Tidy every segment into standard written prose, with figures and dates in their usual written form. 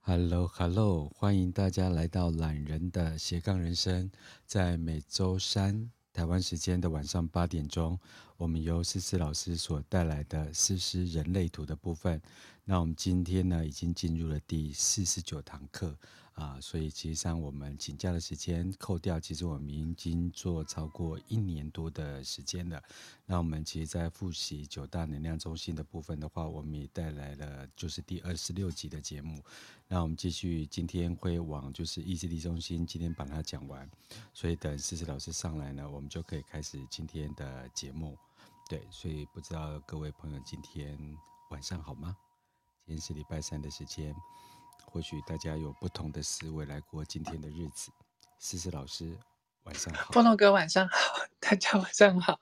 Hello Hello，欢迎大家来到懒人的斜杠人生。在每周三台湾时间的晚上8点钟，我们由思思老师所带来的思思人类图的部分。那我们今天呢，已经进入了第49堂课所以其实上我们请假的时间扣掉，其实我们已经做超过1年多的时间了。那我们其实在复习9大能量中心的部分的话，我们也带来了就是第26集的节目。那我们继续，今天会往就是意志力中心，今天把它讲完，所以等思思老师上来呢，我们就可以开始今天的节目。对，所以不知道各位朋友今天晚上好吗？今天是礼拜三的时间，或许大家有不同的思维来过今天的日子。思思老师晚上好。 波诺哥晚上好，大家晚上好。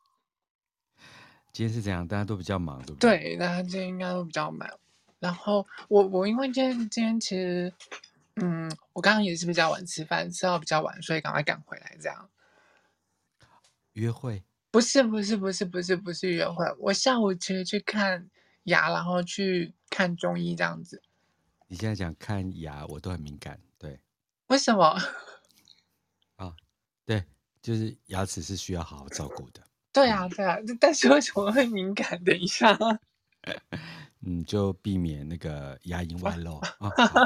今天是怎样？大家都比较忙，对不对？ 对，大家今天应该都比较忙。然后我因为今天其实，我刚刚也是比较晚吃饭，吃到比较晚，所以赶快赶回来这样。 约会？ 不是约会，我下午其实去看牙，然后去看中医这样子。 你现在讲看牙，我都很敏感。对为什么？ 啊，对，就是牙齿是需要好好照顾的。 对啊，但是为什么会敏感？等一下。 就避免那个牙龈外露啊。好，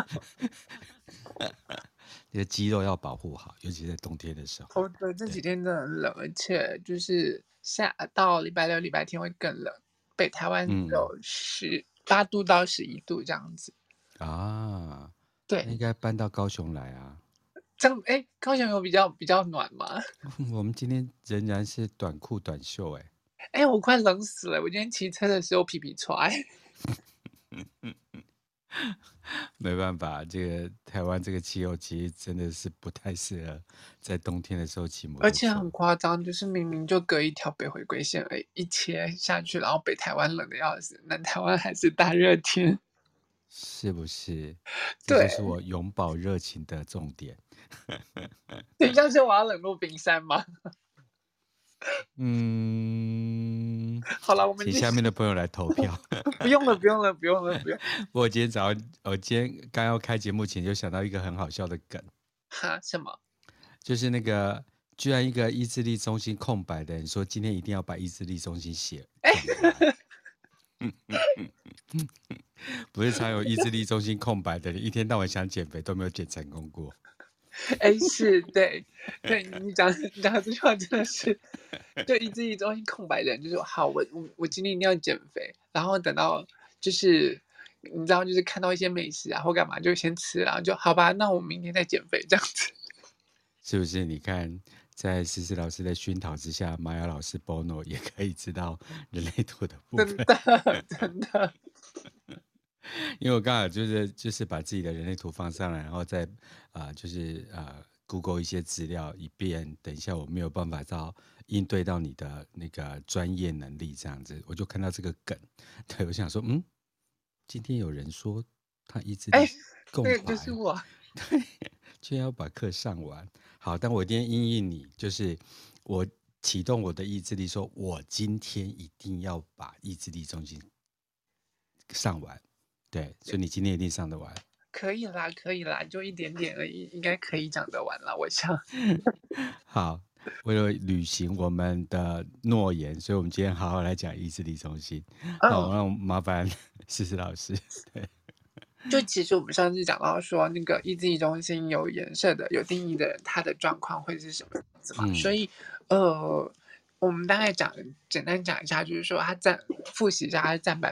这个肌肉要保护好，尤其在冬天的时候。 哦，对，这对， 几天真的很冷，而且就是到礼拜六、礼拜天会更冷，北台湾有18度到11度这样子。 啊，那对， 应该搬到高雄来啊。 这样高雄有比较暖吗？ 我们今天仍然是短裤短袖， 我快冷死了，我今天骑车的时候皮皮踹。 没办法，这个台湾这个气候其实真的是不太适合在冬天的时候骑摩而且很托车。 夸张，就是明明就隔一条北回归线而已，一切下去，然后北台湾冷的要死，南台湾还是大热天。 是不是？这就是对， 我永葆热情的重点。 你相信我要冷若冰山吗？ 嗯， 好了，我们请继续。 下面的朋友来投票。 不用了，不用了，不用了，不用。 我今天刚要开节目前就想到一个很好笑的梗， 哈？什么？ 就是那个居然一个意志力中心空白的人说今天一定要把意志力中心讲完。不是常有意志力中心空白的人，一天到晚想减肥都没有减成功过。 是，对，对，你讲的这句话真的是，对意志力中心空白的人，就是好，我今天一定要减肥，然后等到就是你知道，就是看到一些美食啊或干嘛，就先吃，然后就好吧，那我明天再减肥这样子。 是不是？你看，在思思老师的熏陶之下，玛雅老师 Bono 也可以知道人类图的部分。 真的，真的。 因为我刚好就是把自己的人类图放上来，然后再Google 一些资料，以便等一下我没有办法应对到你的那个专业能力这样子，我就看到这个梗。对，我想说，今天有人说他意志力空那个就是白， 我。 对，居然要把课上完。好，但我今天因应你，就是我启动我的意志力，说我今天一定要把意志力中心上完。对，所以你今天一定上得完。 可以啦，可以啦，就一点点而已，应该可以讲得完啦，我想。 好，为了履行我们的诺言，所以我们今天好好来讲意志力中心。好， 嗯， 那我们麻烦思思老师。对， 就其实我们上次讲到说，那个意志力中心有颜色的、有定义的人，他的状况会是什么样子嘛？所以，我们大概简单讲一下，就是说复习一下，他占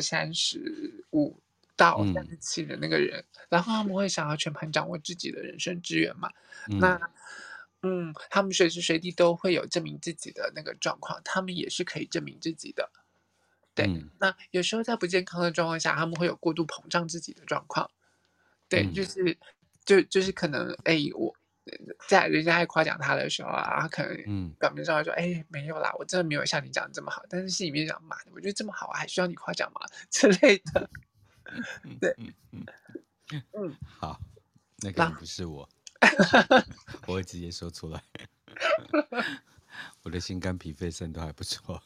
35%到37%的那个人，然后他们会想要全盘掌握自己的人生资源嘛？那他们随时随地都会有证明自己的那个状况，他们也是可以证明自己的。对，那有时候在不健康的状况下，他们会有过度膨胀自己的状况。对，就是可能，我在人家在夸奖他的时候啊，他可能表面上会说，没有啦，我真的没有像你讲的这么好，但是心里面想，妈的，我觉得这么好啊，还需要你夸奖吗？之类的。对， 好，那可那能不是我，我会直接说出来。我的心肝脾肺肾都还不错。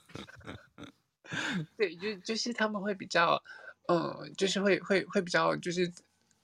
对，就是他们会比较，就是会比较就是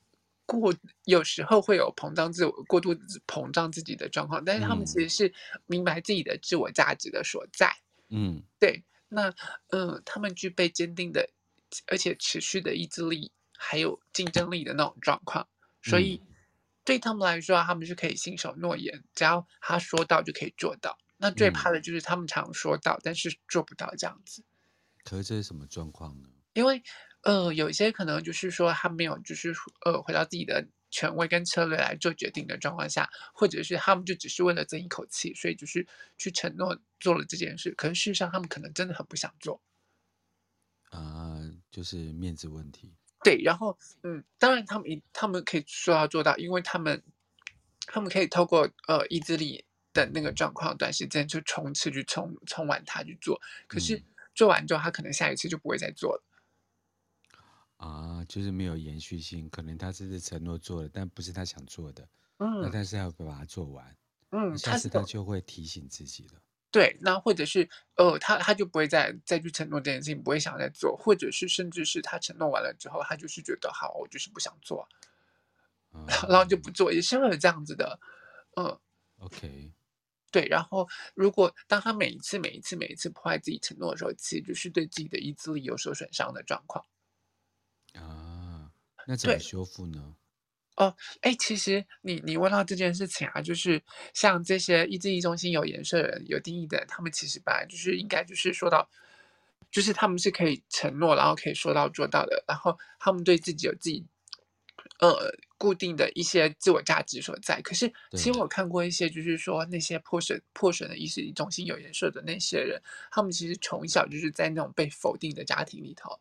过有时候会有过度膨胀自己的状况，但是他们其嗯实是明白自己的自我价值的所在。 嗯对，那他们具备坚定的而且持续的意志力，还有竞争力的那种状况，所嗯以对他们来说啊，他们是可以信守诺言，只要他说到就可以做到。那最嗯， 怕的就是他们常说到，但是做不到这样子。 可是这是什么状况呢？ 因为，有一些可能就是说他没有就是回到自己的权威跟策略来做决定的状况下，或者是他们就只是为了争一口气，所以就是去承诺做了这件事，可是事实上他们可能真的很不想做。 啊，就是面子问题。 对，然后，当然他们可以说到做到，因为他们可以透过意志力的那个状况，短时间就冲刺去冲完它去做，可是嗯做完之后，他可能下一次就不会再做了。 啊，就是没有延续性，可能他这是承诺做了，但不是他想做的，那嗯但是要把它做完，那下他是有次他就会提醒自己了。 对，那或者是，他就不会再去承诺这件事情，不会想再做，或者是甚至是他承诺完了之后，他就是觉得好，我就是不想做，然后就哦不做，也是会有这样子的，嗯， ，OK 对。然后如果当他每一次破坏自己承诺的时候，其实就是对自己的意志力有所损伤的状况。 啊，那怎么对， 修复呢？ 哦，哎，其实你问到这件事情啊，就是像这些意志力中心有颜色的人、有定义的人，他们其实本来就是应该就是说到，就是他们是可以承诺，然后可以说到做到的，然后他们对自己有自己固定的一些自我价值所在。可是其实对我看过一些，就是说那些破损的意识力中心有颜色的那些人，他们其实从小就是在那种被否定的家庭里头。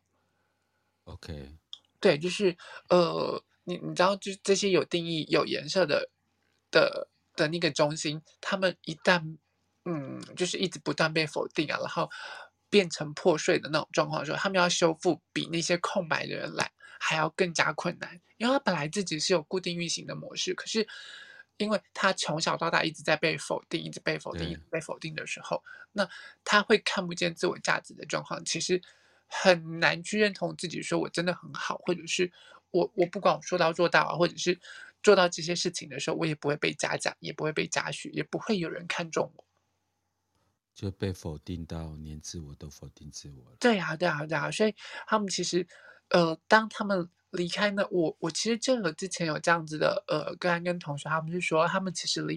，OK， 对，就是你知道，就是这些有定义、有颜色的那个中心，他们一旦就是一直不断被否定啊，然后变成破碎的那种状况的时候，他们要修复比那些空白的人来还要更加困难，因为他本来自己是有固定运行的模式，可是因为他从小到大一直在被否定，一直被否定，一对， 直被否定的时候，那他会看不见自我价值的状况，其实很难去认同自己，说我真的很好，或者是我不管我说到做到啊，或者是做到这些事情的时候，我也不会被嘉奖，也不会被嘉许，也不会有人看重我。 就被否定到连自我都否定自我了。 对呀，对呀，对呀，所以他们其实，当他们离开呢，我其实之前有这样子的个案跟同学，他们是说他们其实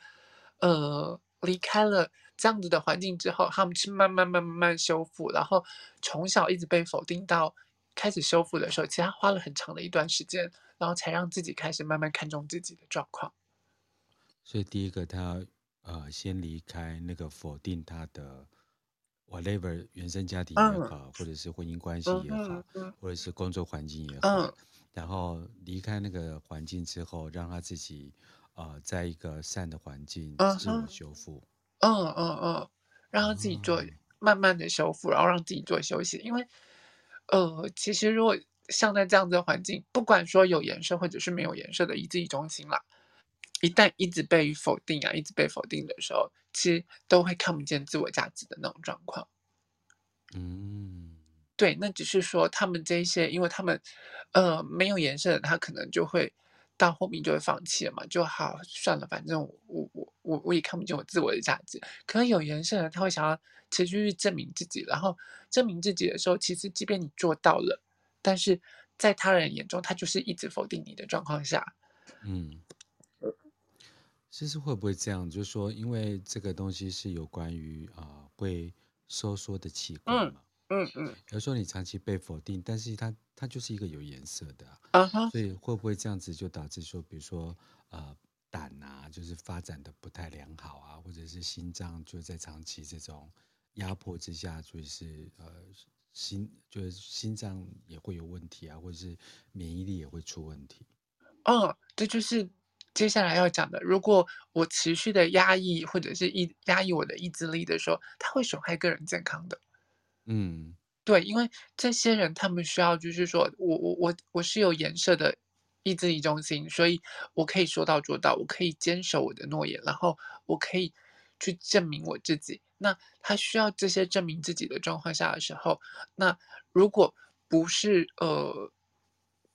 离开了这样子的环境之后，他们是慢慢修复，然后从小一直被否定到开始修复的时候，其实他花了很长的一段时间，然后才让自己开始慢慢看重自己的状况。 所以第一个他先离开那个否定他的 whatever 原生家庭也嗯好，或者是婚姻关系嗯也好， 嗯嗯或者是工作环境也好， 嗯然后离开那个环境之后，让他自己在一个善的环境自我嗯哼。 修复。 让他自己做哦， 慢慢的修复，然后让自己做休息。因为，其实如果像在这样子的环境，不管说有颜色或者是没有颜色的意志力中心啦，一旦一直被否定啊，一直被否定的时候，其实都会看不见自我价值的那种状况。 嗯， 对，那只是说他们这一些，因为他们，没有颜色的，他可能就会到后面就会放弃了嘛，就好算了，反正我也看不见我自我的价值。可能有颜色的，他会想要持续去证明自己，然后证明自己的时候，其实即便你做到了，但是在他人眼中，他就是一直否定你的状况下， 嗯，其实会不会这样？就是说，因为这个东西是有关于会收缩的器官嗯嘛。 嗯， 有时候你长期被否定，但是它就是一个有颜色的啊， 啊哈， 所以会不会这样子就导致说，比如说胆啊，就是发展的不太良好啊，或者是心脏就在长期这种压迫之下，就是就是心脏也会有问题啊，或者是免疫力也会出问题。 这就是接下来要讲的。如果我持续的压抑或者是压抑我的意志力的时候，它会损害个人健康的。 嗯对，因为这些人他们需要就是说，我是有颜色的意志力中心，所以我可以说到做到，我可以坚守我的诺言，然后我可以去证明我自己。那他需要这些证明自己的状况下的时候，那如果不是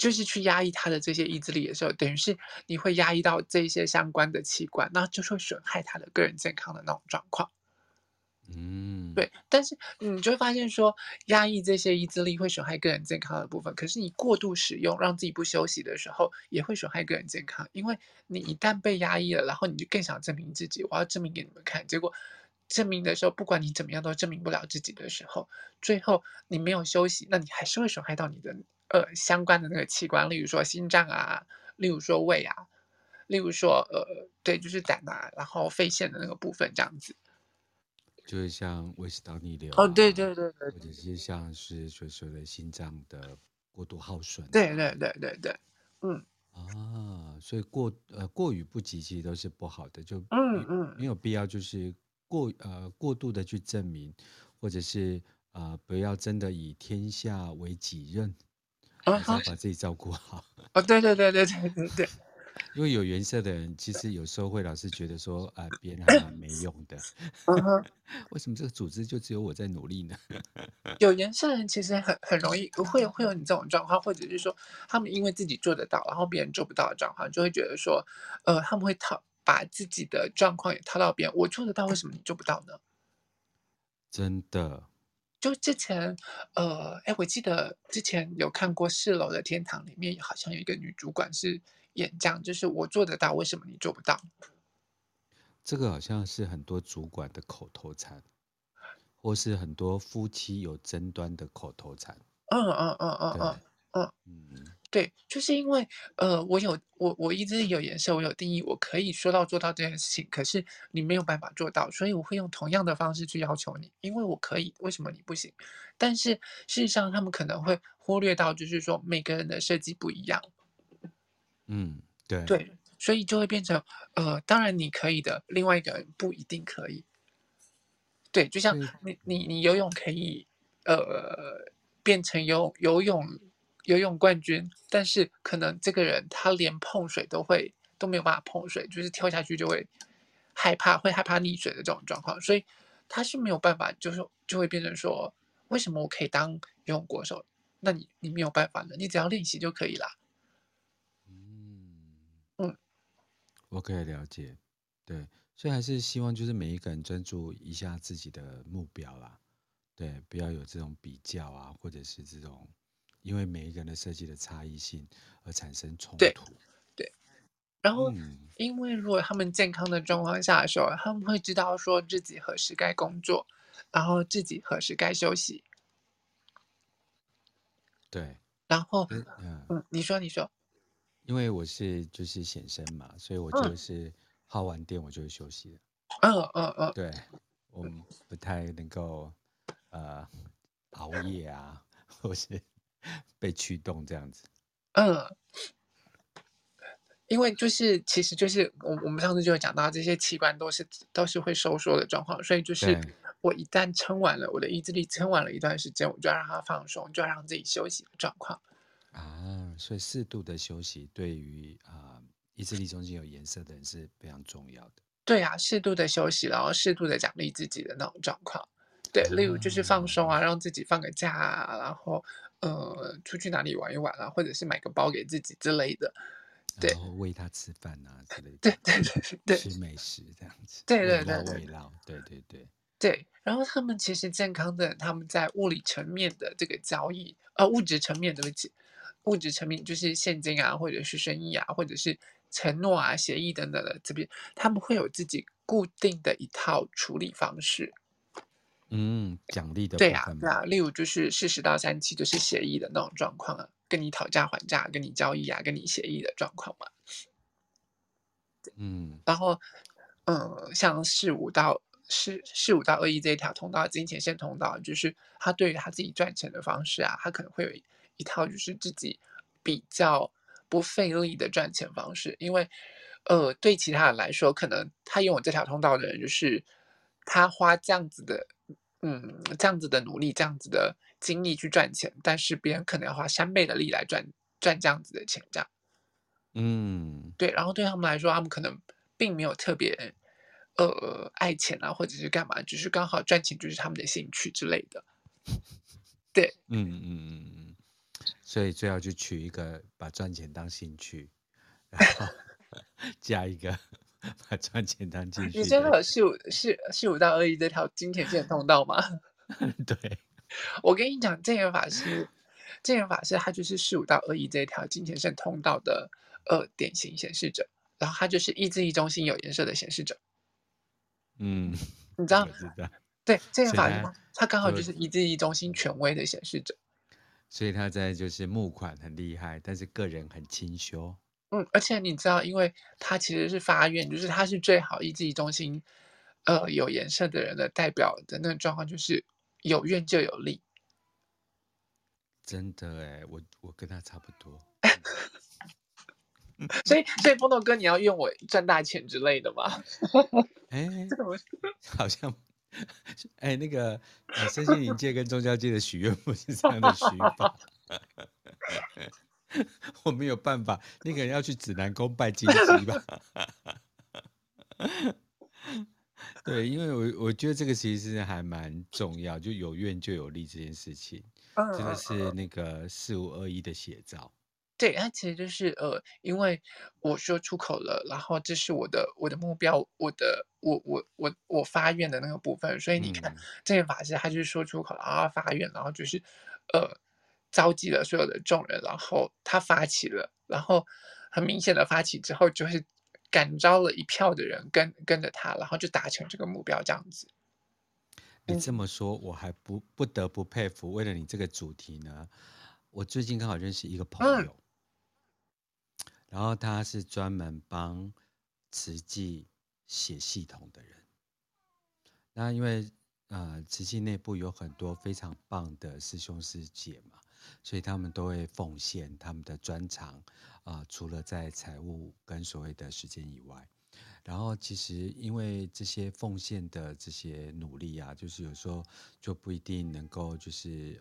就是去压抑他的这些意志力的时候，等于是你会压抑到这些相关的器官，那就会损害他的个人健康的那种状况。 嗯， 对，但是你就会发现说，压抑这些意志力会损害个人健康的部分，可是你过度使用，让自己不休息的时候，也会损害个人健康。因为你一旦被压抑了，然后你就更想证明自己，我要证明给你们看，结果证明的时候，不管你怎么样都证明不了自己的时候，最后你没有休息，那你还是会损害到你的相关的那个器官，例如说心脏啊，例如说胃啊，例如说对，就是胆啊，然后肺腺的那个部分这样子。 就是像胃食道逆流哦，对啊， 对对对或者是像是所说的心脏的过度耗损啊。 对对对对对，嗯啊，所以过于不及其实都是不好的，就没嗯嗯有必要就是过度的去证明，或者是不要真的以天下为己任，还是要嗯哼， 把自己照顾好。 哦，对对对对对对对， 因为有颜色的人，其实有时候会老是觉得说别人还蛮没用的。 嗯哼， 为什么这个组织就只有我在努力呢？ 有颜色的人其实很容易会有你这种状况，或者是说他们因为自己做得到，然后别人做不到的状况，就会觉得说，他们会把自己的状况也套到别人，我做得到，为什么你做不到呢？ 真的。 就之前，哎，我记得之前有看过《四楼的天堂》里面好像有一个女主管是演这样，就是我做得到，为什么你做不到？ 这个好像是很多主管的口头禅，或是很多夫妻有争端的口头禅。 嗯嗯嗯嗯对。 嗯嗯。 嗯对，就是因为，我一直有颜色，我有定义，我可以说到做到这件事情，可是你没有办法做到，所以我会用同样的方式去要求你，因为我可以，为什么你不行？但是事实上，他们可能会忽略到，就是说每个人的设计不一样， 嗯，对。 对，所以就会变成，当然你可以的，另外一个人不一定可以。对，就像所以你游泳可以，呃，变成游泳冠军，但是可能这个人他连碰水都没有办法碰水，就是跳下去就会害怕溺水的这种状况，所以他是没有办法，就是就会变成说，为什么我可以当游泳国手？那你没有办法呢，你只要练习就可以啦。 嗯， 嗯， 我可以了解。对，所以还是希望就是每一个人专注一下自己的目标啦。对，不要有这种比较啊，或者是这种因为每一个人的设计的差异性而产生冲对突。 对。然后， 嗯， 因为如果他们健康的状况下的时候，他们会知道说自己何时该工作，然后自己何时该休息。 对。 然后，你说， 因为我是就是显生嘛，所以我就嗯是耗完电我就会休息了。 嗯嗯嗯对，我们不太能够呃熬夜啊，或是被驱动这样子。 嗯，因为其实就是我们上次就有讲到，这些器官都是会收缩的状况，所以就是对我一旦撑完了，我的意志力撑完了一段时间，我就要让它放松，就要让自己休息的状况。 啊，所以适度的休息对于意志力中心有颜色的人是非常重要的。 对啊，适度的休息，然后适度的奖励自己的那种状况。对，例如就是放啊。 松啊，让自己放个假啊，然后，出去哪里玩一玩啊，或者是买个包给自己之类的。 然对， 后喂他吃饭啊之类的， 对对对对吃美食这样子， 对慰对对对劳慰劳。对对对。 对。然后他们其实健康的人，他们在物理层面的这个交易，物质层面，对不起，物质层面就是现金啊，或者是生意啊，或者是承诺啊、协议等等的这边，他们会有自己固定的一套处理方式。 嗯，奖励的对部分嘛。 呀对呀，例如就是40到37就是协议的那种状况啊，跟你讨价还价、跟你交易啊、跟你协议的状况嘛。 嗯然后，像四五到21这一条通道，金钱线通道，就是他对于他自己赚钱的方式啊，他可能会有一套就是自己比较不费力的赚钱方式。因为，对其他人来说，可能他拥有这条通道的人，就是他花这样子的努力、这样子的精力去赚钱，但是别人可能要花3倍的力来赚这样子的钱，这样。 嗯。 对，然后对他们来说，他们可能并没有特别，爱钱啊，或者是干嘛，只是刚好赚钱就是他们的兴趣之类的。对， 嗯嗯嗯嗯。 所以最好就取一个把赚钱当兴趣，然后加一个把赚钱当兴你趣的人。 真的有4.5到2亿这条金钱线通道吗？ 对， 我跟你讲，正言法师他就是4.5到2亿这一条金钱线通道的典型显示者，然后他就是意志力中心有颜色的显示者， 嗯， 你知道？ 我知道， 对，正言所以他法师他刚好就就是意志力中心权威的显示者。 所以他在就是募款很厉害，但是个人很清修。 而且你知道，因为他其实是发愿，就是他是最好意志力中心，有颜色的人的代表的那个状况，就是有愿就有力。 真的哎，我跟他差不多。 所以波诺哥，你要愿我赚大钱之类的吗？ 哎， 这个我好像哎那个身心灵界跟宗教界的许愿不是这样的许法。我没有办法，那个人要去指南宫拜金鸡吧。对，因为我觉得这个其实是还蛮重要，就有愿就有力这件事情，这个是那个4521的写照。 对，它其实就是因为我说出口了，然后这是我的目标，我发愿的那个部分，所以你看嗯， 正言法师他就是说出口了，然后发愿，然后就是召集了所有的众人，然后他发起了，然后很明显的发起之后，就是感召了一票的人跟着他，然后就达成这个目标这样子。 你这嗯么说，我还不得不佩服。为了你这个主题呢，我最近刚好认识一个朋嗯友，然后他是专门帮慈济写系统的人。那因为慈济内部有很多非常棒的师兄师姐嘛，所以他们都会奉献他们的专长除了在财务跟所谓的时间以外，然后其实因为这些奉献的这些努力啊，就是有时候就不一定能够就是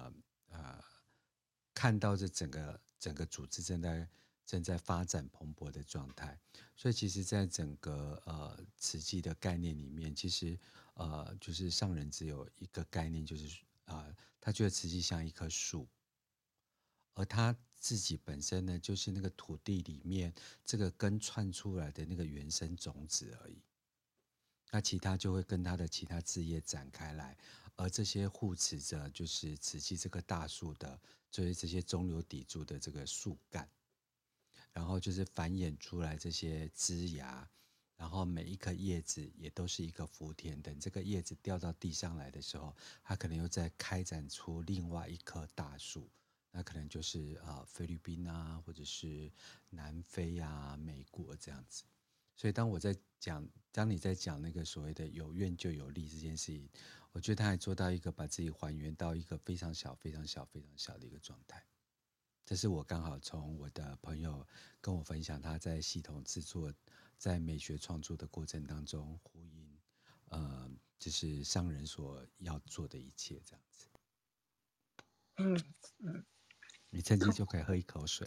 看到这整个组织正在发展蓬勃的状态，所以其实在整个慈济的概念里面，其实就是上人只有一个概念，就是他觉得慈济像一棵树，而他自己本身呢，就是那个土地里面这个根窜出来的那个原生种子而已。那其他就会跟他的其他事业展开来，而这些护持着就是慈济这棵大树的，就是这些中流砥柱的这个树干，然后就是繁衍出来这些枝芽，然后每一颗叶子也都是一个福田。等这个叶子掉到地上来的时候，它可能又再开展出另外一棵大树。那可能就是菲律宾啊，或者是南非啊、美国这样子。所以当你在讲那个所谓的有愿就有力这件事情，我觉得他还做到一个把自己还原到一个非常小、非常小、非常小的一个状态。这是我刚好从我的朋友跟我分享，他在系统制作、在美学创作的过程当中呼应，就是上人所要做的一切这样子。 嗯嗯， 你趁机就可以喝一口水。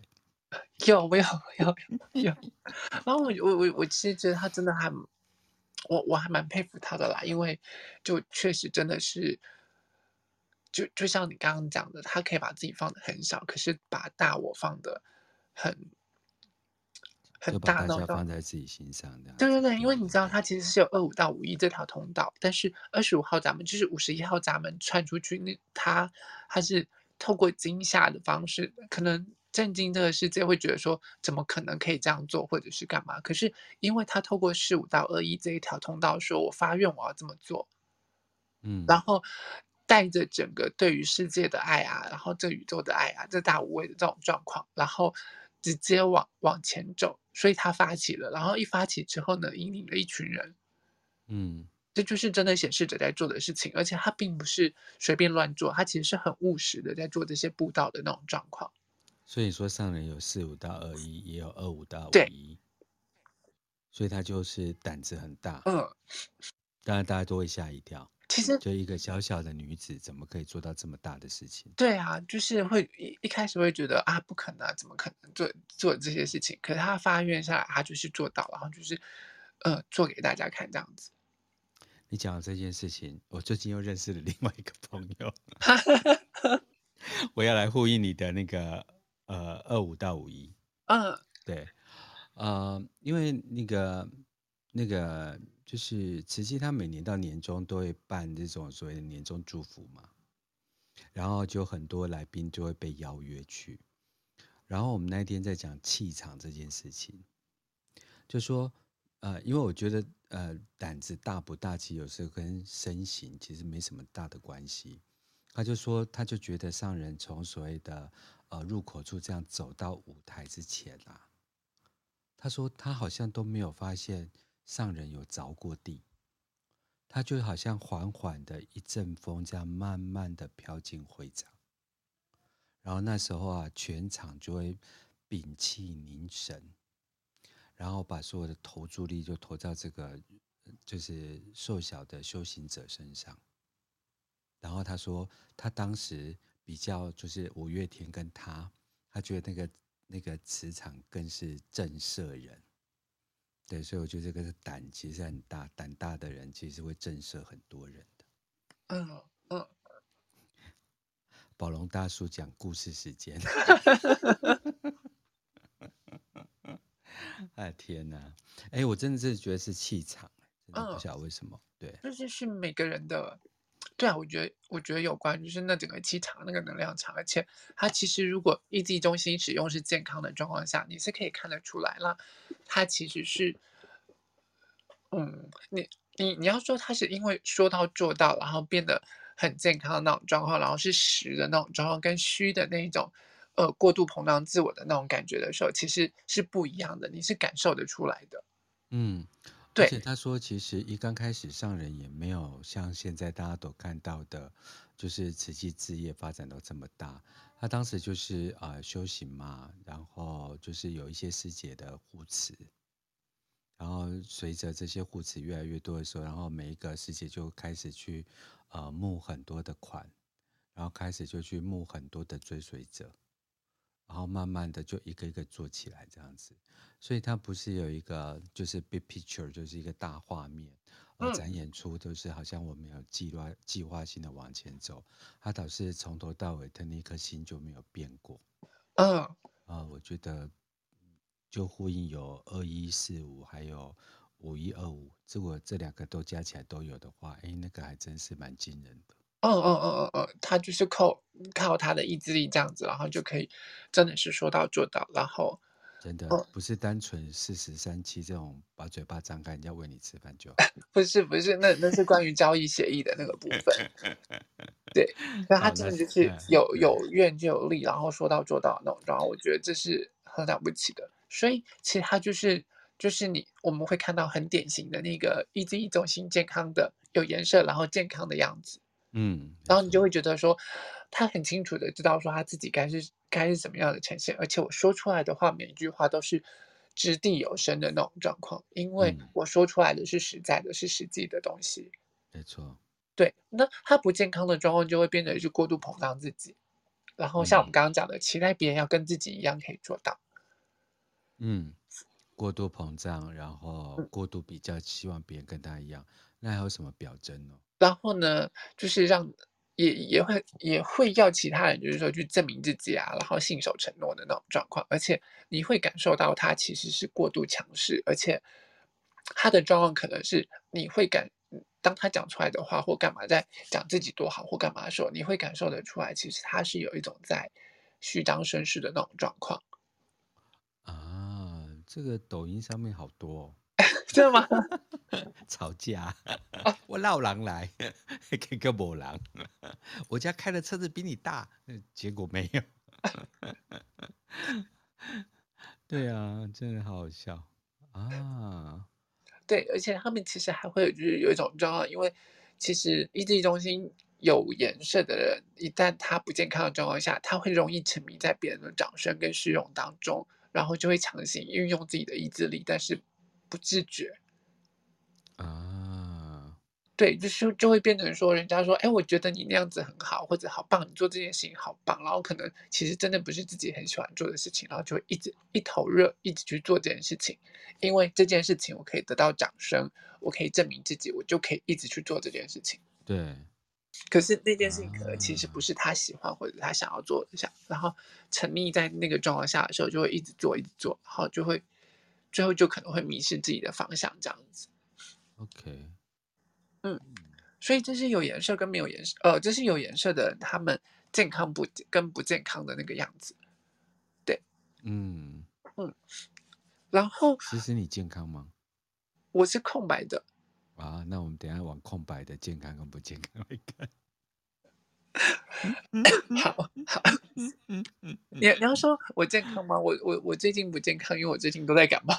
有。然后我其实觉得他真的我还蛮佩服他的啦，因为就确实真的是，就像你刚刚讲的，他可以把自己放得很小，可是把大我放得很很就把大家大那种。 放在自己心上这样子。 对对对，因为你知道对对对。 它其实是有25到5亿这条通道，但是25号闸门就是51号闸门穿出去，它是透过惊吓的方式，可能震惊这个世界会觉得说怎么可能可以这样做，或者是干嘛？可是因为他透过45到2亿这一条通道说，我发愿我要这么做，然嗯后带着整个对于世界的爱啊，然后这宇宙的爱啊，这大无畏的这种状况，然后直接往前走，所以他发起了，然后一发起之后呢，引领了一群人， 嗯。 这就是真的显示者在做的事情，而且他并不是随便乱做，他其实是很务实的在做这些布道的那种状况。 所以说上人有45到21，也有25到5 对， 一，所以他就是胆子很大。 嗯， 当然大家都会吓一跳， 其实就一个小小的女子怎么可以做到这么大的事情？ 对啊，就是会一开始会觉得啊，不可能啊，怎么可能做这些事情？可是他发愿下来，他就是做到，然后就是，做给大家看这样子。 你讲到这件事情，我最近又认识了另外一个朋友。 我要来呼应你的那个25到51， 嗯对，因为那个就是慈禧，她每年到年终都会办这种所谓的年终祝福嘛，然后就很多来宾就会被邀约去，然后我们那一天在讲气场这件事情，就说因为我觉得胆子大不大，其实有时候跟身形其实没什么大的关系。他就说，他就觉得上人从所谓的入口处这样走到舞台之前啊，他说他好像都没有发现上人有着过地，他就好像缓缓的一阵风这样慢慢的飘进会场，然后那时候啊，全场就会屏气凝神，然后把所有的投注力就投到这个就是瘦小的修行者身上。然后他说，他当时比较就是五月天跟他觉得那个磁场更是震慑人。对，所以我觉得这个胆其实很大，胆大的人其实会震慑很多人的。 嗯嗯， 宝龙大叔讲故事时间，哎天哪，哎，我真的是觉得是气场，真的不嗯， 晓得为什么。对， 这就是每个人的。对啊，我觉得有关，就是那整个气场那个能量场，而且它其实如果意志中心使用是健康的状况下，你是可以看得出来啦，它其实是你要说他是因为说到做到，然后变得很健康的那种状况，然后是实的那种状况，跟虚的那一种，过度膨胀自我的那种感觉的时候，其实是不一样的，你是感受得出来的。 嗯，而对， 且他说，其实一刚开始上人也没有像现在大家都看到的，就是慈济事业发展到这么大。他当时就是修行嘛，然后就是有一些师姐的护持，然后随着这些护持越来越多的时候，然后每一个师姐就开始去募很多的款，然后开始就去募很多的追随者。然后慢慢的就一个一个做起来这样子，所以它不是有一个就是 big picture，就是一个大画面， 嗯展演出都是好像我们有计划性的往前走，它倒是从头到尾的那颗心就没有变过。 嗯。 我觉得就呼应有2145，还有5125，如果这两个都加起来都有的话，哎，那个还真是蛮惊人的。 他就是靠他的意志力这样子，然后就可以真的是说到做到，然后真的嗯， 不是单纯4037这种把嘴巴张开，人家喂你吃饭就好。 不是，那是关于交易协议的那个部分。对，那他哦， 真那是， 的就是有对， 愿就有力，然后说到做到那种状况，我觉得这是很了不起的。所以其实他就是我们会看到很典型的那个意志力中心健康的有颜色，然后健康的样子。 没错， 然后你就会觉得说，他很清楚的知道说他自己该是什么样的呈现，而且我说出来的话，每一句话都是掷地有声的那种状况，因为嗯， 我说出来的是实在的，是实际的东西。 没错， 对，那他不健康的状况就会变得是过度膨胀自己，然后像我们嗯刚刚讲的，期待别人要跟自己一样可以做到。 嗯，过度膨胀，然后嗯。 过度比较，希望别人跟他一样，那还有什么表征呢？ 然后呢，就是也会要其他人，就是说去证明自己啊，然后信守承诺的那种状况，而且你会感受到他其实是过度强势，而且他的状况可能是你会当他讲出来的话或干嘛，在讲自己多好或干嘛的时候，你会感受得出来，其实他是有一种在虚张声势的那种状况， 啊，这个抖音上面好多哦， 真的吗？ 吵架， 啊， 我绕狼来，跟个某狼，我家开的车子比你大，结果没有。对啊，真的好好笑啊。 对，而且他们其实还会就是有一种状况，因为其实意志力中心有颜色的人，一旦他不健康的状况下，他会容易沉迷在别人的掌声跟虚荣当中，然后就会强行运用自己的意志力，但是不自觉。 啊， 对，就会变成说，人家说，哎，我觉得你那样子很好，或者好棒，你做这件事情好棒，然后可能其实真的不是自己很喜欢做的事情，然后就会一直一头热，一直去做这件事情，因为这件事情我可以得到掌声，我可以证明自己，我就可以一直去做这件事情。 对， 可是那件事情可能其实不啊， 是他喜欢或者他想要做的，然后沉溺在那个状况下的时候，就会一直做一直做，然后就会最后就可能会迷失自己的方向这样子。 OK， 嗯， 嗯所以这是有颜色跟没有颜色，这是有颜色的人他们健康跟不健康的那个样子。对， 嗯， 嗯，然后思思你健康吗？ 我是空白的。 啊，那我们等一下往空白的健康跟不健康来看。 好好，你要说我健康吗？我最近不健康，因为我最近都在感冒。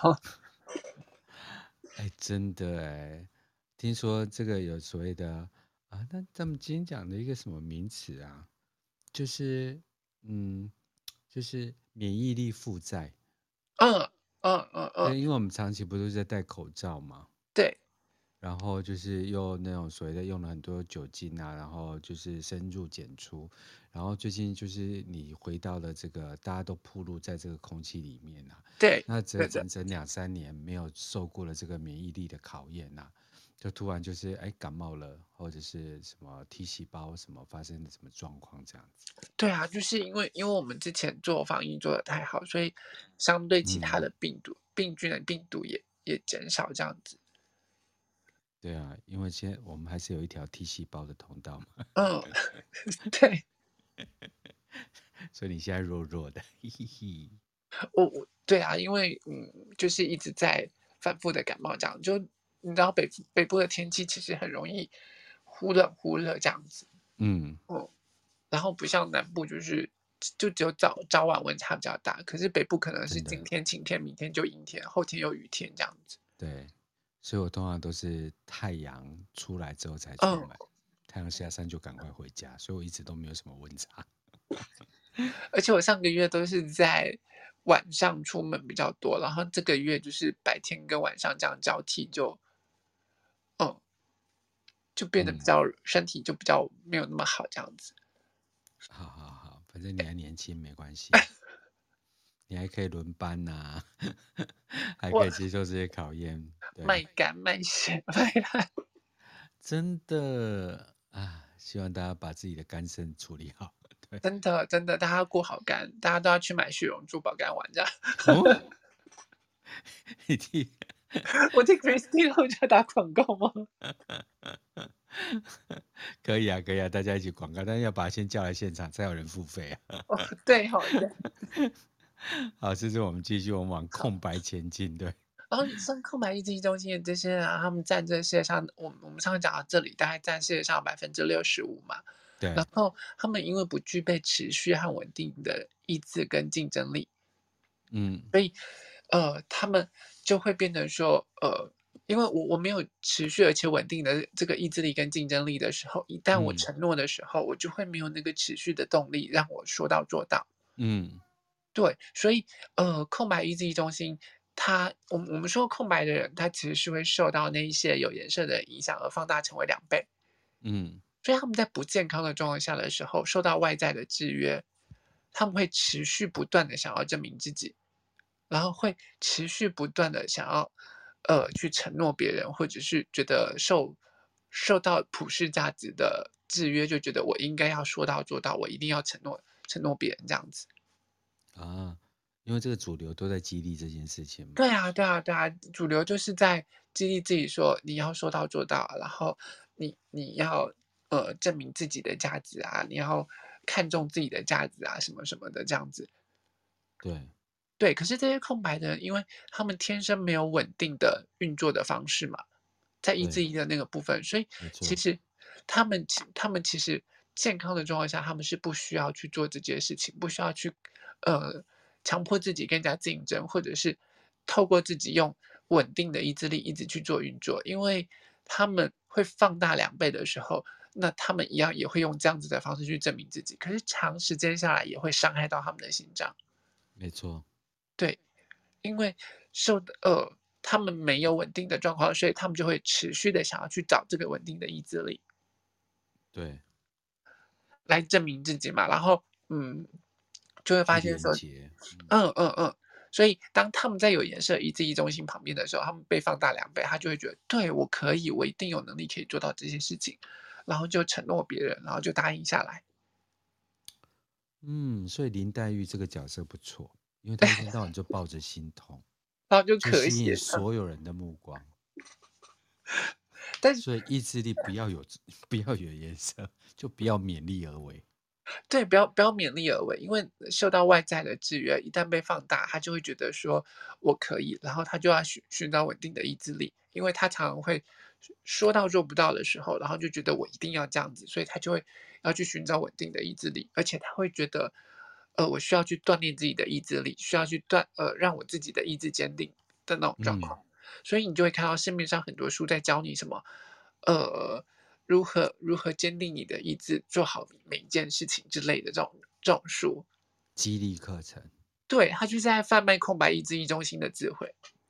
哎，真的哎，听说这个有所谓的啊，那咱们今天讲的一个什么名词啊？就是嗯，就是免疫力负债。 嗯嗯嗯嗯， 对，因为我们长期不都是在戴口罩嘛， 对然后就是又那种所谓的用了很多酒精啊，然后就是深入简出，然后最近就是你回到了这个大家都暴露在这个空气里面啊， 对那这对的， 整两三年没有受过了这个免疫力的考验呐、就突然就是哎感冒了，或者是什么 T 细胞什么发生的什么状况这样子。 对啊，就是因为我们之前做防疫做的太好，所以相对其他嗯， 的病菌的病毒也减少这样子。 对啊，因为现在我们还是有一条 T 细胞的通道嘛， 嗯，对， 所以你现在弱弱的，嘿嘿嘿。 对啊，因为就是一直在反复的感冒这样，就你知道北部的天气其实很容易忽冷忽热这样子。 嗯， 嗯，然后不像南部就只有早晚温差比较大，可是北部可能是今真的。 天晴天，明天就阴天，后天又雨天这样子。 对，所以我通常都是太阳出来之后才出嗯， 门，太阳下山就赶快回家，所以我一直都没有什么温差。 而且我上个月都是在晚上出门比较多，然后这个月就是白天跟晚上这样交替嗯，就变得嗯， 身体就比较没有那么好这样子。 好好好，反正你还年轻，没关系，你还可以轮班呐、还可我以接受这些考验。对， 卖肝卖血卖烂， 真的啊，希望大家把自己的肝肾处理好。对， 真的真的，大家要顾好肝，大家都要去买雪绒珠保肝丸这样。 哦，一定我替 Christine 后就要打广告吗？ 可以啊，可以啊，大家一起广告，但是要把他先叫来现场，才有人付费啊。 哦，对哈、对。 好，这是我们继续，我们往空白前进。对， 然后像空白亿中心的这些人啊，他们占这个世界上，我们上次讲到这里，大概占世界上65%嘛。然对， 后他们因为不具备持续和稳定的意志跟竞争力， 嗯所以他们就会变得说，因为我没有持续而且稳定的这个意志力跟竞争力的时候，一旦我嗯承诺的时候，我就会没有那个持续的动力让我说到做到。 嗯对，所以空白意志力中心，我们说空白的人，他其实是会受到那一些有颜色的影响而放大成为2倍。 嗯所以他们在不健康的状况下的时候，受到外在的制约，他们会持续不断的想要证明自己，然后会持续不断的想要，去承诺别人，或者是觉得受到普世价值的制约，就觉得我应该要说到做到，我一定要承诺别人这样子。 啊，因为这个主流都在激励这件事情嘛。 对啊，对啊，对啊，主流就是在激励自己说你要说到做到，然后你要证明自己的价值啊，你要看重自己的价值啊，什么什么的这样子。 对对，可是这些空白的人，因为他们天生没有稳定的运作的方式嘛，在意志对， 力的那个部分，所以没错。 其实他们其实健康的状况下，他们是不需要去做这件事情，不需要去呃强迫自己更加竞争，或者是透过自己用稳定的意志力一直去做运作，因为他们会放大2倍的时候，那他们一样也会用这样子的方式去证明自己，可是长时间下来也会伤害到他们的心脏。 没错， 对，因为他们没有稳定的状况，所以他们就会持续的想要去找这个稳定的意志力对， 来证明自己嘛。然后，就会去发现说， 连接。嗯嗯嗯嗯，所以当他们在有颜色一志一中心旁边的时候，他们被放大2倍，他就会觉得，对，我可以，我一定有能力可以做到这些事情。 然后就承诺别人，然后就答应下来。 所以林黛玉这个角色不错，因为她一天到晚就抱着心痛， 然后就就吸引咳血。 所有人的目光。 但是所以意志力不要有不要有颜色，就不要勉力而为。 对，不要勉力而为，因为受到外在的制约，一旦被放大，他就会觉得说我可以，然后他就要寻找稳定的意志力，因为他常常会说到做不到的时候，然后就觉得我一定要这样子，所以他就会要去寻找稳定的意志力，而且他会觉得，我需要去锻炼自己的意志力，需要去让我自己的意志坚定的那种状嗯， 况，所以你就会看到市面上很多书在教你什么，呃。如何坚定你的意志，做好每一件事情之类的这种书。 激励课程对，他就是在贩卖空白意志力中心的智慧。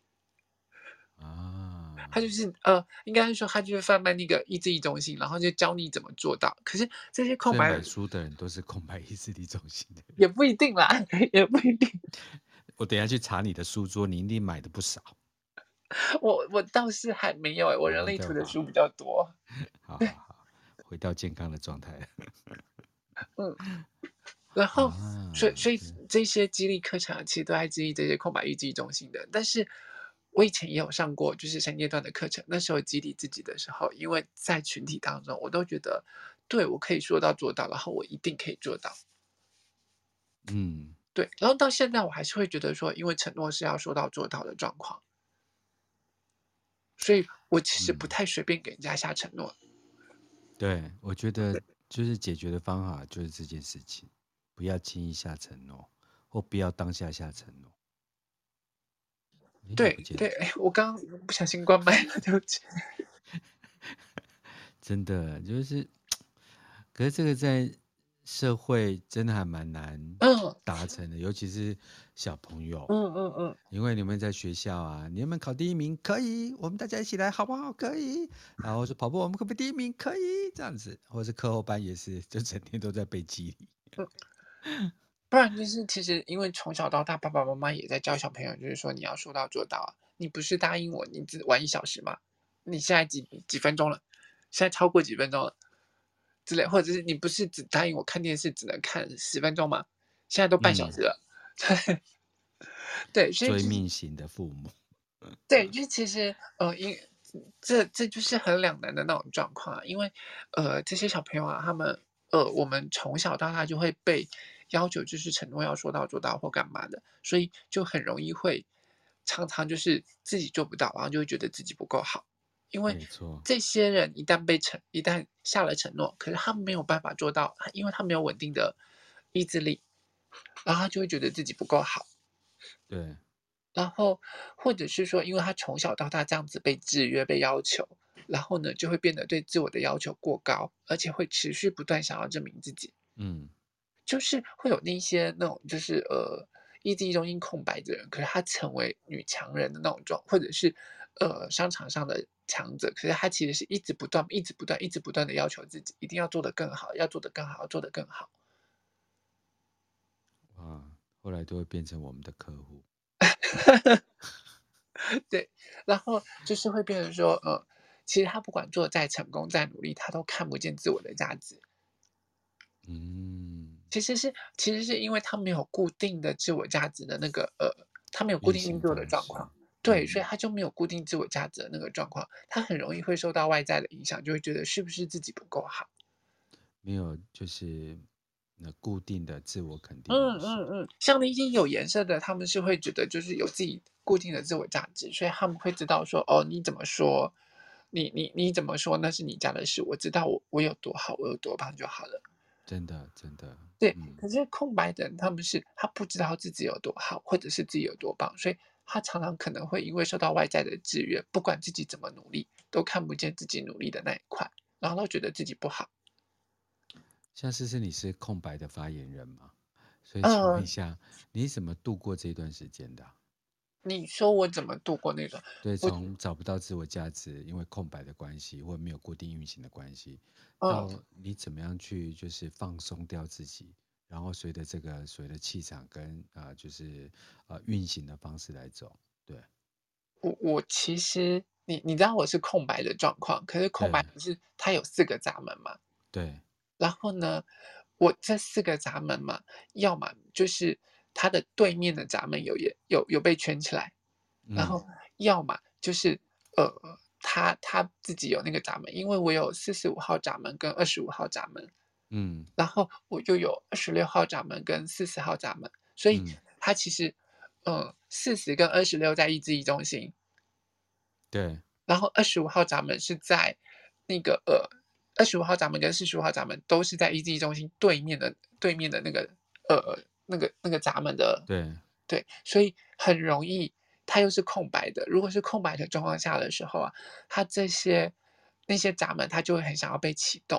他就啊， 是应该是说他就是贩卖那个意志力中心，然后就教你怎么做到。可是这些空白所以买书的人都是空白意志力中心的人。 也不一定啦，也不一定。 我等一下去查你的书桌，你一定买的不少。 我倒是还没有我人好， 类对吧？ 图的书比较多。 好好好，回到健康的状态了。 嗯。然后，所以啊， 所以对， 这些激励课程啊，其实都在激励这些空白意志力中心的。但是我以前也有上过，就是三阶段的课程。那时候激励自己的时候，因为在群体当中，我都觉得，对我可以说到做到，然后我一定可以做到。 嗯对，然后到现在我还是会觉得说，因为承诺是要说到做到的状况，所以我其实不嗯， 太随便给人家下承诺。 对，我觉得就是解决的方法就是这件事情，不要轻易下承诺，或不要当下下承诺。诶，你不对对， 见了。 哎，我刚刚不小心关麦了，对不起。 真的就是，可是这个在社会真的还蛮难嗯达成的，尤其是小朋友， 嗯。 因为你们在学校啊，你们考第一名可以，我们大家一起来好不好？可以，然后是跑步，我们可不可以第一名？可以，这样子，或者是课后班也是，就整天都在被激励。 嗯。不然就是其实因为从小到大，爸爸妈妈也在教小朋友，就是说你要说到做到啊。你不是答应我，你只玩1小时吗？你现在几分钟了？现在超过几分钟了？之类，或者是你不是只答应我看电视只能看10分钟吗？现在都半小嗯， 时了。对，所以就是追命型的父母， 对，就其实这就是很两难的那种状况啊，因为这些小朋友啊，他们我们从小到大就会被要求就是承诺要说到做到或干嘛的，所以就很容易会常常就是自己做不到，然后就会觉得自己不够好，因为没错， 这些人一旦下了承诺，可是他没有办法做到，因为他没有稳定的意志力，然后他就会觉得自己不够好。 对， 然后或者是说，因为他从小到大这样子被制约、被要求，然后呢，就会变得对自我的要求过高，而且会持续不断想要证明自己， 嗯， 就是会有那些那种就是意志力中心空白的人，可是他成为女强人的那种或者是商场上的强者，可是他其实是一直不断、一直不断、一直不断的要求自己，一定要做得更好，要做得更好，要做得更好。 哇，后来都会变成我们的客户。 对，然后就是会变成说，其实他不管做得再成功、再努力，他都看不见自我的价值。 嗯， 其实是因为他没有固定的自我价值的那个他没有固运行定运作的方式， 状况。对，所以嗯。 他就没有固定自我价值的那个状况，他很容易会受到外在的影响，就会觉得是不是自己不够好。 没有就是那固定的自我肯定模式。 嗯嗯嗯，像那些有颜色的，他们是会觉得就是有自己固定的自我价值，所以他们会知道说，哦，你怎么说，你怎么说那是你家的事，我知道我有多好，我有多棒就好了。 真的真的， 对， 嗯， 可是空白的人，他不知道自己有多好，或者是自己有多棒，所以他常常可能会因为受到外在的制约，不管自己怎么努力，都看不见自己努力的那一块，然后都觉得自己不好。 像是你是空白的发言人嘛，所以请问一嗯， 下，你怎么度过这段时间的啊？ 你说我怎么度过那个？ 对， 我从找不到自我价值，因为空白的关系，或没有固定运行的关系， 嗯。 到你怎么样去就是放松掉自己，然后随着这个所谓的气场跟就是运行的方式来走，对， 我其实你知道我是空白的状况，可是空白对不是它有4个闸门嘛？ 对， 然后呢，我这4个闸门嘛，要么就是它的对面的闸门有被圈起来，然嗯后要么就是呃，他自己有那个闸门，因为我有45号闸门跟25号闸门， 嗯然后我又有26号闸门跟40号闸门，所以嗯， 它其实40跟26在意志力中心， 对然后25号闸门是在那个25号闸门跟45号闸门都是在 EG 中心对面的那个闸门的， 对对，所以很容易它又是空白的。如果是空白的状况下的时候啊，它那些闸门它就会很想要被启动。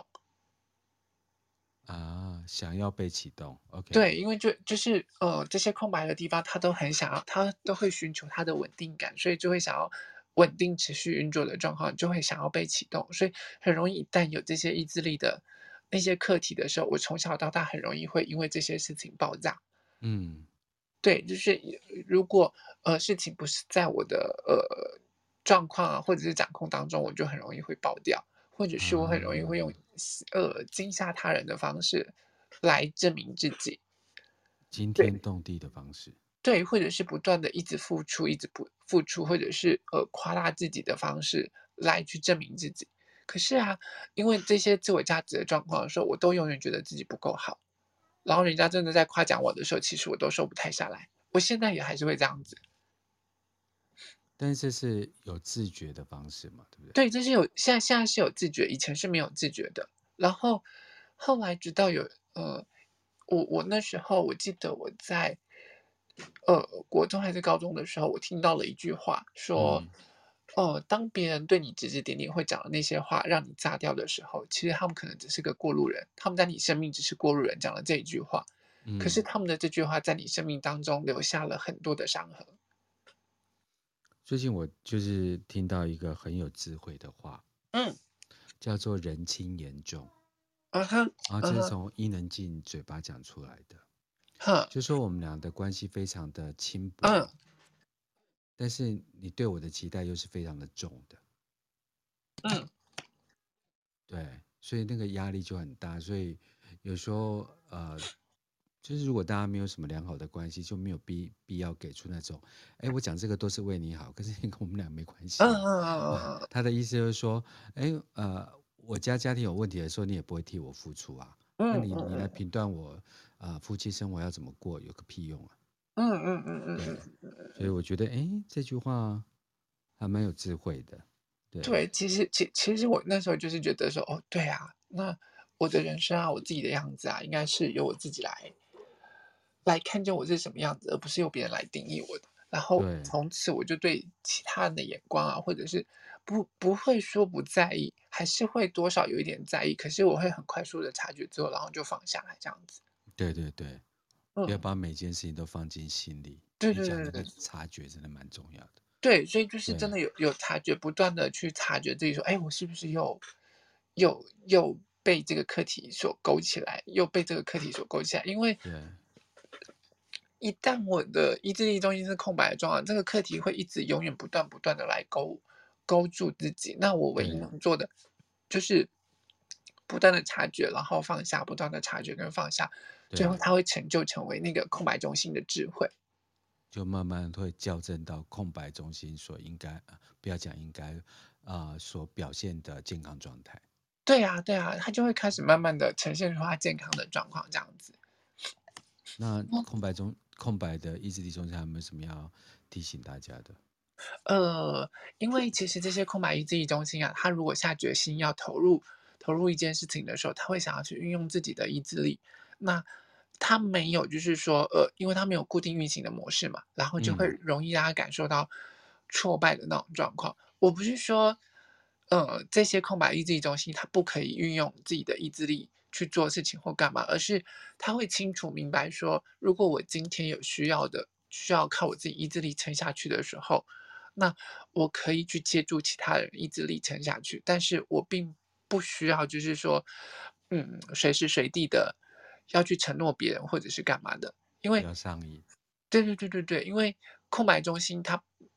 啊，想要被启动，OK， 对，因为就是这些空白的地方，他都很想要，他都会寻求它的稳定感，所以就会想要稳定持续运作的状况，就会想要被启动，所以很容易一旦有这些意志力的那些课题的时候，我从小到大很容易会因为这些事情爆炸。 嗯对，就是如果事情不是在我的状况啊，或者是掌控当中，我就很容易会爆掉，或者是我很容易会用啊， 惊吓他人的方式来证明自己。 惊天对。 动地的方式， 对，或者是不断的一直付出，一直不付出，或者是，夸大自己的方式来去证明自己。可是啊，因为这些自我价值的状况的时候，我都永远觉得自己不够好，然后人家真的在夸奖我的时候，其实我都瘦不太下来。我现在也还是会这样子。 但是这是有自觉的方式嘛，对不对？ 对，这是现在是有自觉，以前是没有自觉的。然后后来直到有我那时候我记得我在国中还是高中的时候，我听到了一句话，说， 嗯当别人对你指指点点会讲的那些话，让你炸掉的时候，其实他们可能只是个过路人，他们在你生命只是过路人讲了这一句话，可是嗯， 他们的这句话在你生命当中留下了很多的伤痕。 最近我就是听到一个很有智慧的话， 嗯， 叫做“人轻言重”， 嗯哼， 然后这是嗯哼， 从伊能静嘴巴讲出来的， 哼， 就说我们俩的关系非常的轻嗯， 薄，但是你对我的期待又是非常的重的， 嗯， 对，所以那个压力就很大，所以有时候就是如果大家没有什么良好的关系，就没有必要给出那种，哎，我讲这个都是为你好，可是跟我们俩没关系啊。 嗯嗯嗯嗯他的意思就是说，哎，我家庭有问题的时候，你也不会替我付出啊，那嗯你来嗯评断我夫妻生活要怎么过，有个屁用啊？ 嗯嗯嗯嗯对， 嗯所以我觉得，哎，这句话还蛮有智慧的，对对，其实我那时候就是觉得说，哦，对啊，那我的人生啊，我自己的样子啊，应该是由我自己来看见我是什么样子，而不是由别人来定义我的。然后对从此我就对其他人的眼光啊，或者是不会说不在意，还是会多少有一点在意，可是我会很快速的察觉之后，然后就放下来这样子。 对对对，不要嗯， 把每件事情都放进心里。 对你讲那个对对对对。 察觉真的蛮重要的。 对，所以就是真对的有察觉，不断的去察觉自己说，哎，我是不是又被这个课题所勾起来，又被这个课题所勾起来。因为对一旦我的意志力中心是空白的状况，这个课题会一直永远不断的来勾住自己。那我唯一对能做的，就是不断的察觉，然后放下，不断的察觉跟放下，最后对， 它会成为那个空白中心的智慧。 就慢慢会校正到空白中心所应该，不要讲应该，所表现的健康状态。 对啊对啊，它就会开始慢慢的呈现出它健康的状况这样子。 那空白的意志力中心，还有没有什么要提醒大家的？ 因为其实这些空白意志力中心啊，他如果下决心要投入一件事情的时候，他会想要去运用自己的意志力。那他没有就是说，因为他没有固定运行的模式嘛，然后就会嗯容易让他感受到挫败的那种状况。我不是说，这些空白意志力中心他不可以运用自己的意志力去做事情或干嘛，而是他会清楚明白说，如果我今天有需要靠我自己意志力撑下去的时候，那我可以去借助其他人的意志力撑下去，但是我并不需要就是说，随时随地的要去承诺别人或者是干嘛的。因不为要上瘾。 对对对对对，因为空白中心它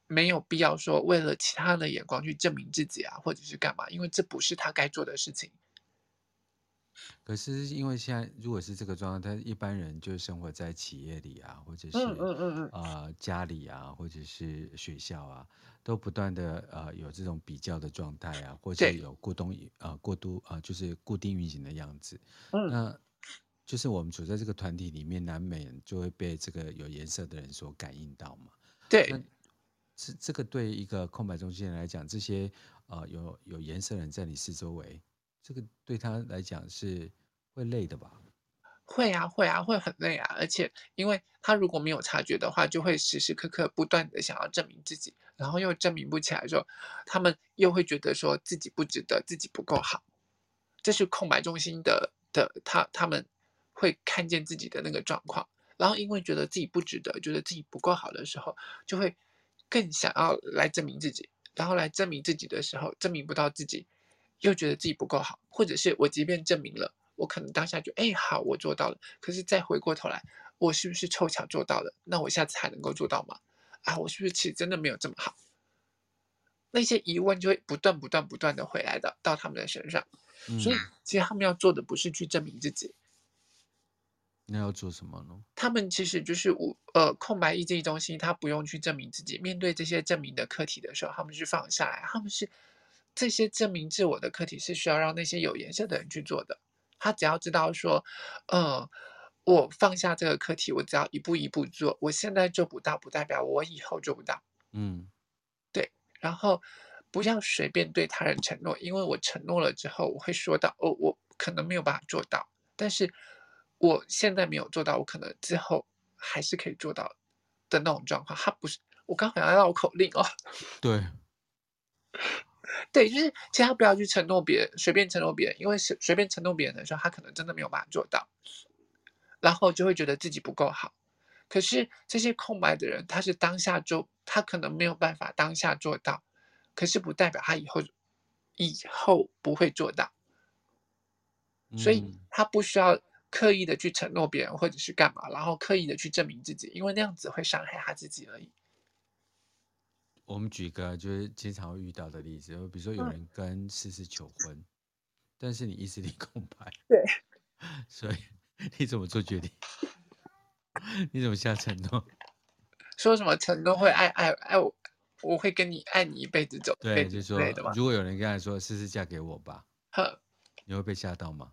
没有必要说为了其他人的眼光去证明自己啊，或者是干嘛，因为这不是他该做的事情。 可是因为现在如果是这个状态，他一般人就生活在企业里啊，或者嗯是嗯嗯嗯， 家里啊，或者是学校啊，都不断的有这种比较的状态啊，或是对， 有就是固定运行的样子。 嗯那就是我们处在这个团体里面，难免就会被这个有颜色的人所感应到嘛。那对。 这个对一个空白中心人来讲，这些有颜色的人在你四周围，这个对他来讲是会累的吧？ 会啊会啊，会很累啊，而且因为他如果没有察觉的话，就会时时刻刻不断的想要证明自己，然后又证明不起来的时候，他们又会觉得说自己不值得，自己不够好。这是空白中心的他们会看见自己的那个状况，然后因为觉得自己不值得，觉得自己不够好的时候，就会更想要来证明自己，然后来证明自己的时候，证明不到自己，又觉得自己不够好，或者是我即便证明了，我可能当下就好，我做到了，可是再回过头来，我是不是凑巧做到了？那我下次还能够做到吗？我是不是其实真的没有这么好？那些疑问就会不断的回来到他们的身上。所以嗯， 其实他们要做的不是去证明自己， 那要做什么呢？ 他们其实就是空白意志中心，他不用去证明自己。面对这些证明的课题的时候，他们是放下来，他们是这些证明自我的课题是需要让那些有颜色的人去做的。他只要知道说，呃，我放下这个课题，我只要一步一步做，我现在做不到，不代表我以后做不到。 嗯对，然后不要随便对他人承诺，因为我承诺了之后，我会说到，哦，我可能没有办法做到，但是我现在没有做到，我可能之后还是可以做到的那种状况。他不是，我刚好像绕口令哦， 对， 对，就是其实他不要去承诺别人，随便承诺别人，因为随便承诺别人的时候，他可能真的没有办法做到，然后就会觉得自己不够好。可是这些空白的人，他是当下做，他可能没有办法当下做到，可是不代表他以后不会做到，所以嗯， 他不需要刻意的去承诺别人或者是干嘛，然后刻意的去证明自己，因为那样子会伤害他自己而已。 我们举个就是经常会遇到的例子，比如说有嗯， 人跟诗诗求婚，但是你意识力空白， 对， 所以你怎么做决定？你怎么下承诺？ 说什么承诺会爱我，我会跟你爱你一辈子走一辈对， 子就之类的嘛。 说如果有人跟他说诗诗嫁给我吧， 呵， 你会被吓到吗？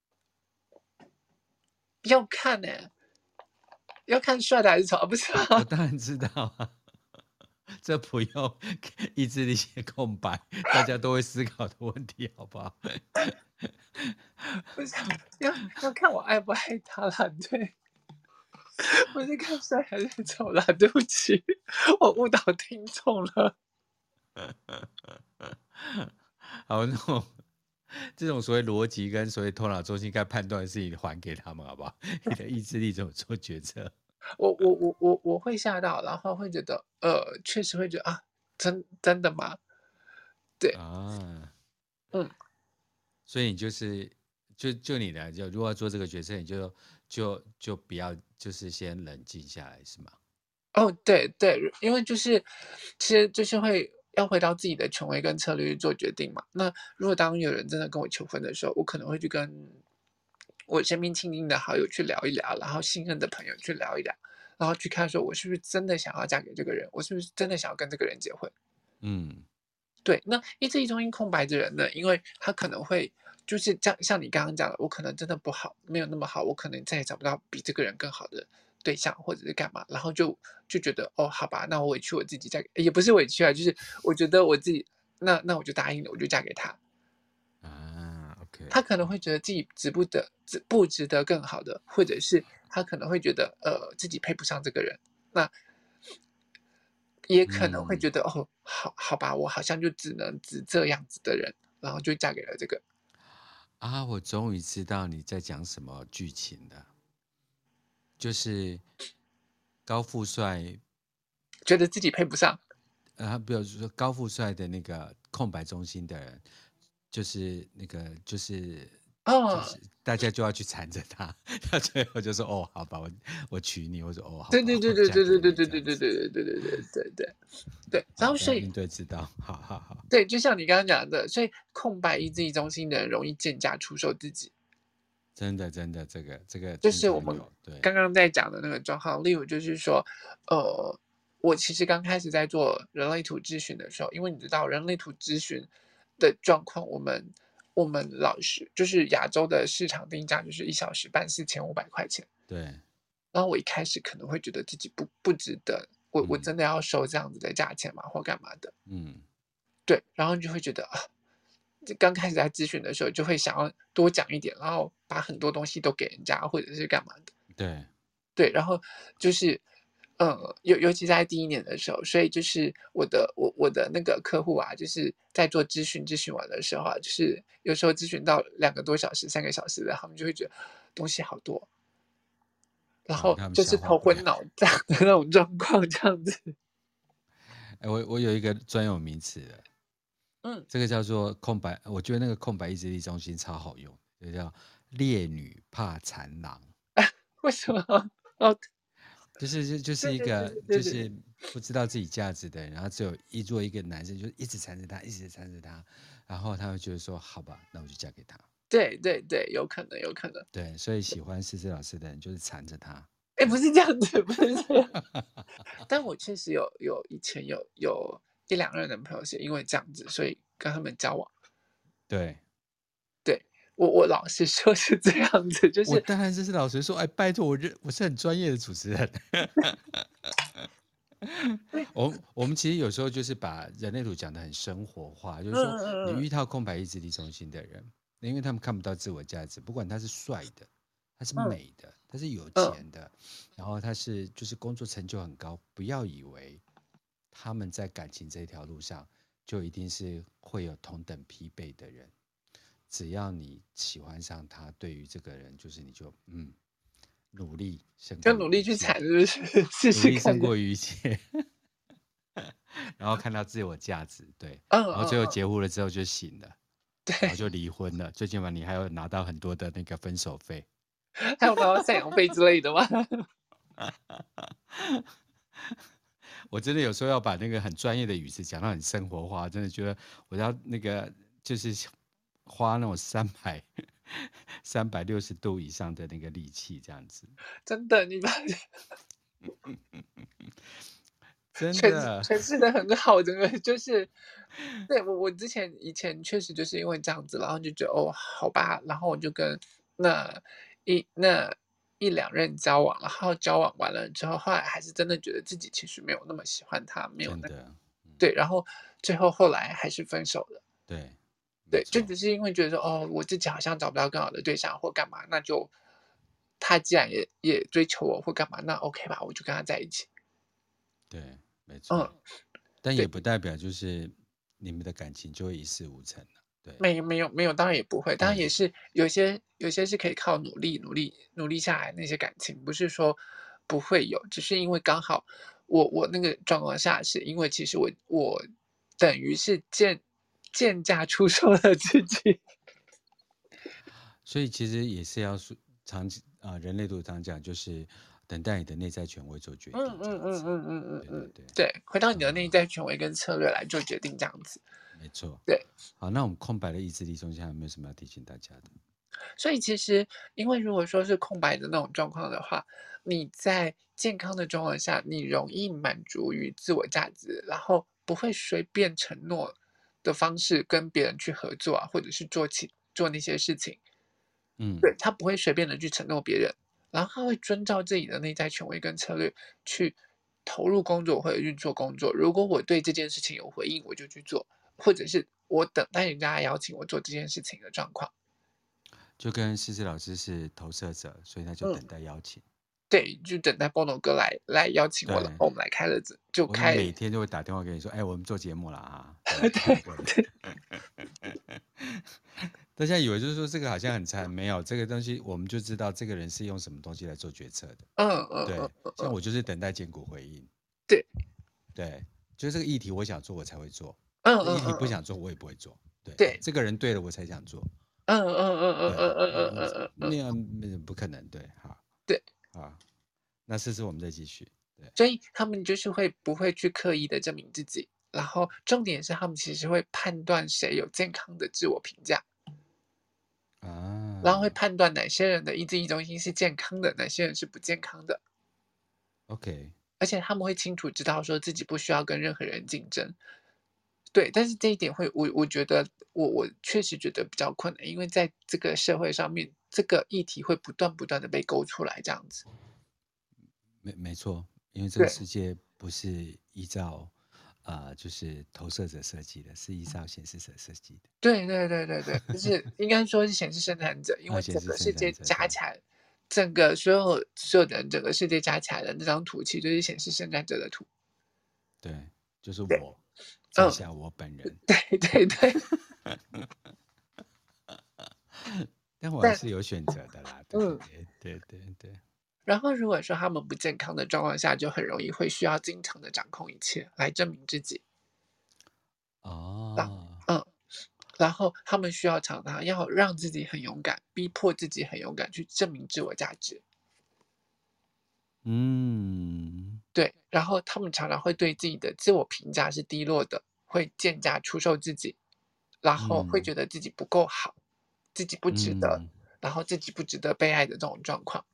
要看呢、要看帅的还是丑啊？不是我啊， 当然知道啊，这不用意志力写空白，大家都会思考的问题，好不好？ 不是要看我爱不爱他啦。对，不是看帅还是丑啦。对不起，我误导听众了。 好，那我这种所谓逻辑跟所谓头脑中心该判断的事情还给他们，好不好？你的意志力怎么做决策我会吓到，然后会觉得，确实会觉得啊，真的吗？对， 啊？ 嗯， 所以你就是就你来讲，如果要做这个决策，你就不要就是先冷静下来，是吗？ 哦，对对，因为其实就是要回到自己的权威跟策略去做决定嘛。那如果当有人真的跟我求婚的时候，我可能会去跟我身边亲近的好友去聊一聊，然后信任的朋友去聊一聊，然后去看说我是不是真的想要嫁给这个人，我是不是真的想要跟这个人结婚。 嗯对，那意志力中心空白的人呢，因为他可能会就是这样，像你刚刚讲的，我可能真的不好，没有那么好，我可能再也找不到比这个人更好的对象，或者是干嘛，然后就觉得哦，好吧，那我委屈我自己嫁给，也不是委屈啊，就是我觉得我自己，那我就答应了，我就嫁给他。 ，OK， 他可能会觉得自己不值得更好的，或者是他可能会觉得自己配不上这个人，那也可能会觉嗯得哦，好吧，我好像就只这样子的人，然后就嫁给了这个。 我终于知道你在讲什么剧情了，就是高富帅， 觉得自己配不上。 比如说高富帅的那个空白中心的人，就是那个就是哦， 大家就要去缠着他，到最后就说哦，好吧，我娶你，我说哦，好对吧， 对对对我嫁给对对对对你这样子。 对对对对对对对对对对，然好， 后所以要应对之道，好好好， 对，就像你刚刚讲的，所以空白意志力中心的人容易贱价出售自己。 真的真的，这个就经是我们常有，对刚刚在讲的那个状况。例如就是说，我其实刚开始在做人类图咨询的时候，因为你知道人类图咨询的状况，我们老师就是亚洲的市场定价就是1小时办4500块钱。 对， 然后我一开始可能会觉得自己不值得，我嗯真的要收这样子的价钱吗？或干嘛的？ 嗯， 对，然后你就会觉得啊，就刚开始在咨询的时候就会想要多讲一点，然后把很多东西都给人家，或者是干嘛的。 对， 对，然后就是，尤其在第一年的时候，所以就是我的那个客户啊，就是在做咨询完的时候啊，就是有时候咨询到2个多小时、3个小时的，他们就会觉得东西好多，然哦， 后他们就是头消化不了。 昏脑胀的那种状况，这样子。 哎，我有一个专有名词的， 嗯， 这个叫做空白，我觉得那个空白意志力中心超好用，这个叫烈女怕缠郎。 为什么？哦， 就是对对对一个对对对就是不知道自己价值的人，然后只有做一个男生，就一直缠着他，一直缠着他，然后他会觉得说，好吧，那我就嫁给他。 对对对，有可能有可能。 对，所以喜欢思思老师的人就是缠着他。 哎，不是这样子，不是这样。但我确实以前有1、2任男朋友是因为这样子，所以跟他们交往。 对， 对，我老实说是这样子，就是我当然就是老实说，哎，拜托，我是很专业的主持人。 对， 我们其实有时候就是把人类图讲得很生活化，就是说你遇到空白意志力中心的人，因为他们看不到自我价值，不管他是帅的，他是嗯美的，他是有嗯， 钱的，然后他是就是工作成就很高，不要以为他们在感情这条路上就一定是会有同等疲惫的人，只要你喜欢上他，对于这个人就是你就努力胜就过于一切， 努力去踩，是不是？试努试看的。 力胜过于一切。然后看到自我价值，对， 嗯然后最后嗯嗯， 结婚了之后就醒了，然后对， 就离婚了，最起码你还有拿到很多的那个分手费。 还有拿到赡养费之类的吗？ 我真的有时候要把那个很专业的语词讲到很生活化，真的觉得我要那个就是花那种360度以上的那个力气这样子， 真的，你把诠释真的， 诠释的很好，整个就是对，我以前确实就是因为这样子，然后就觉得哦，好吧，然后我就跟那那1、2任交往，然后交往完了之后，后来还是真的觉得自己其实没有那么喜欢他，没有那真的， 对，然后最后来还是分手了。 对，没对，就错， 只是因为觉得说，哦，我自己好像找不到更好的对象或干嘛，那就他既然也追求我或干嘛，那 OK 吧，我就跟他在一起。 对，没嗯， 错，但也对。 不代表就是你们的感情就会一事无成了，对， 没有，当然也不会，当然也对， 是有些是可以靠努力下来那些感情，不是说不会有，只是因为刚好我那个状况下，是因为其实我等于是贱价出售了自己。 所以其实也是要说人类图常讲就是等待你的内在权威做决定这样子，对对对， 对，回到你的内啊， 在权威跟策略来做决定，这样子。 没错。 对。 好，那我们空白的意志力中心还有没有什么要提醒大家的？ 所以其实，因为如果说是空白的那种状况的话，你在健康的状况下，你容易满足于自我价值，然后不会随便承诺的方式跟别人去合作啊，或者是做那些事情。 嗯， 对，他不会随便的去承诺别人，然后他会遵照自己的内在权威跟策略去投入工作或者运作工作。如果我对这件事情有回应，我就去做，或者是我等待人家来邀请我做这件事情的状况。 就跟思思老师是投射者，所以他就嗯。 等待邀请。 对，就等待 Bono 哥来邀请我了， 对， 我们来开了就我们开。 每天就会打电话给你说，哎，我们做节目了啊，这样子。 对对， 对， 大家以为就是说这个好像很惨，没有这个东西，我们就知道这个人是用什么东西来做决策的。 嗯嗯嗯对， 嗯嗯， 像我就是等待坚果回应。 对， 对，就是这个议题我想做我才会做， 嗯这议题嗯嗯嗯， 不想做我也不会做。对， 对这个人对了我才想做。 那样不可能，对，好， 对， 好，那试试我们再继续，对所以他们就是不会去刻意的证明自己，然后重点是他们其实会判断谁有健康的自我评价，然后会啊判断哪些人的意志力中心是健康的，哪些人是不健康的。 ，OK， 而且他们会清楚知道说自己不需要跟任何人竞争。对，但是这一点我觉得我确实觉得比较困难，因为在这个社会上面，这个议题会不断的被勾出来这样子。 没错，因为这个对， 世界不是依照就是投射者设计的，是依照显示者设计的， 对，就是应该说是显示生产者，因为显示整个世界生产者，对加起来，整个所有的人，整个世界加起来的那张图，其实就是显示生产者的图。 对，就是对， 我在嗯， 下我本人， 对， 但我还但是有选择的啦，对不嗯。 对？对， 然后如果说他们不健康的状况下，就很容易会需要经常的掌控一切来证明自己。啊， 哦， 嗯，然后他们需要常常要让自己很勇敢，逼迫自己很勇敢去证明自我价值。 嗯对，然后他们常常会对自己的自我评价是低落的，会贱价出售自己，然后会嗯觉得自己不够好，自己不值得， 嗯然后自己不值得被爱的这种状况。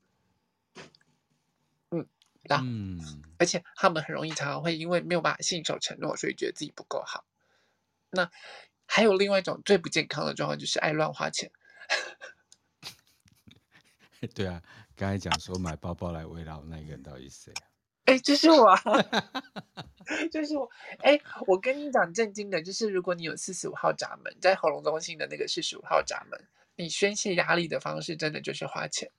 嗯，然后嗯， 而且他们很容易常常会因为没有办法信守承诺，所以觉得自己不够好。那还有另外一种最不健康的状况，就是爱乱花钱。 对啊，刚才讲说买包包来慰劳那个人到底是谁啊？ 哎，就是我啊，就是我。哎，我跟你讲震惊的，就是如果你有45号闸门，在喉咙中心的那个45号闸门，你宣泄压力的方式真的就是花钱。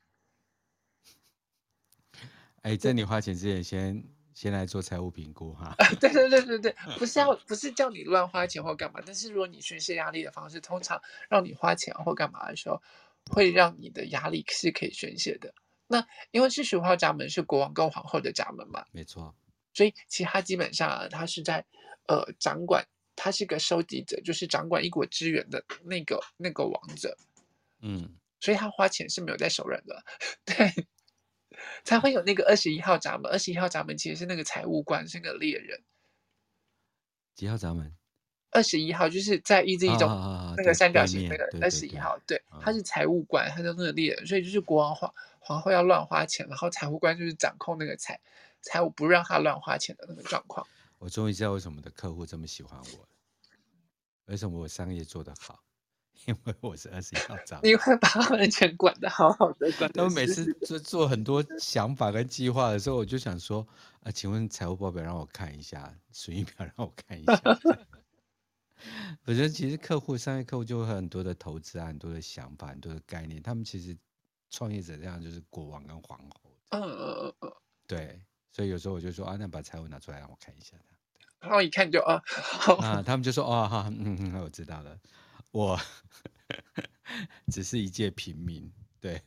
哎，在你花钱之前，先来做财务评估哈。 对，不是叫你乱花钱或干嘛，但是如果你宣泄压力的方式，通常让你花钱或干嘛的时候，会让你的压力是可以宣泄的。那因为45号闸门是国王跟皇后的闸门嘛， 没错， 所以其他基本上啊，他是在掌管，他是个收集者，就是掌管一国资源的那个王者， 嗯， 所以他花钱是没有在手软的，对，才会有那个21号闸门。21号闸门其实是那个财务官，是个猎人。 几号闸门？ 21号就是在意志力中那个对， 三角对面， 形那个对对对， 二十一号，对，他啊， 是财务官，他是那个猎人，所以就是国王皇后要乱花钱，然后财务官就是掌控那个财务不让他乱花钱的那个状况。 我终于知道为什么我的客户这么喜欢我了，为什么我商业做得好，因为我是21号闸门。 你会把他们的钱管得好好的，管他得们每次死死的。 做很多想法跟计划的时候，我就想说，请问财务报表让我看一下，损益表让我看一下。我觉得其实商业客户就会有很多的投资啊，很多的想法，很多的概念。他们其实创业者这样就是国王跟皇后， 嗯， 对。所以有时候我就说那把财务拿出来让我看一下。 然后一看就好。 那他们就说好，我知道了，我只是一介平民，对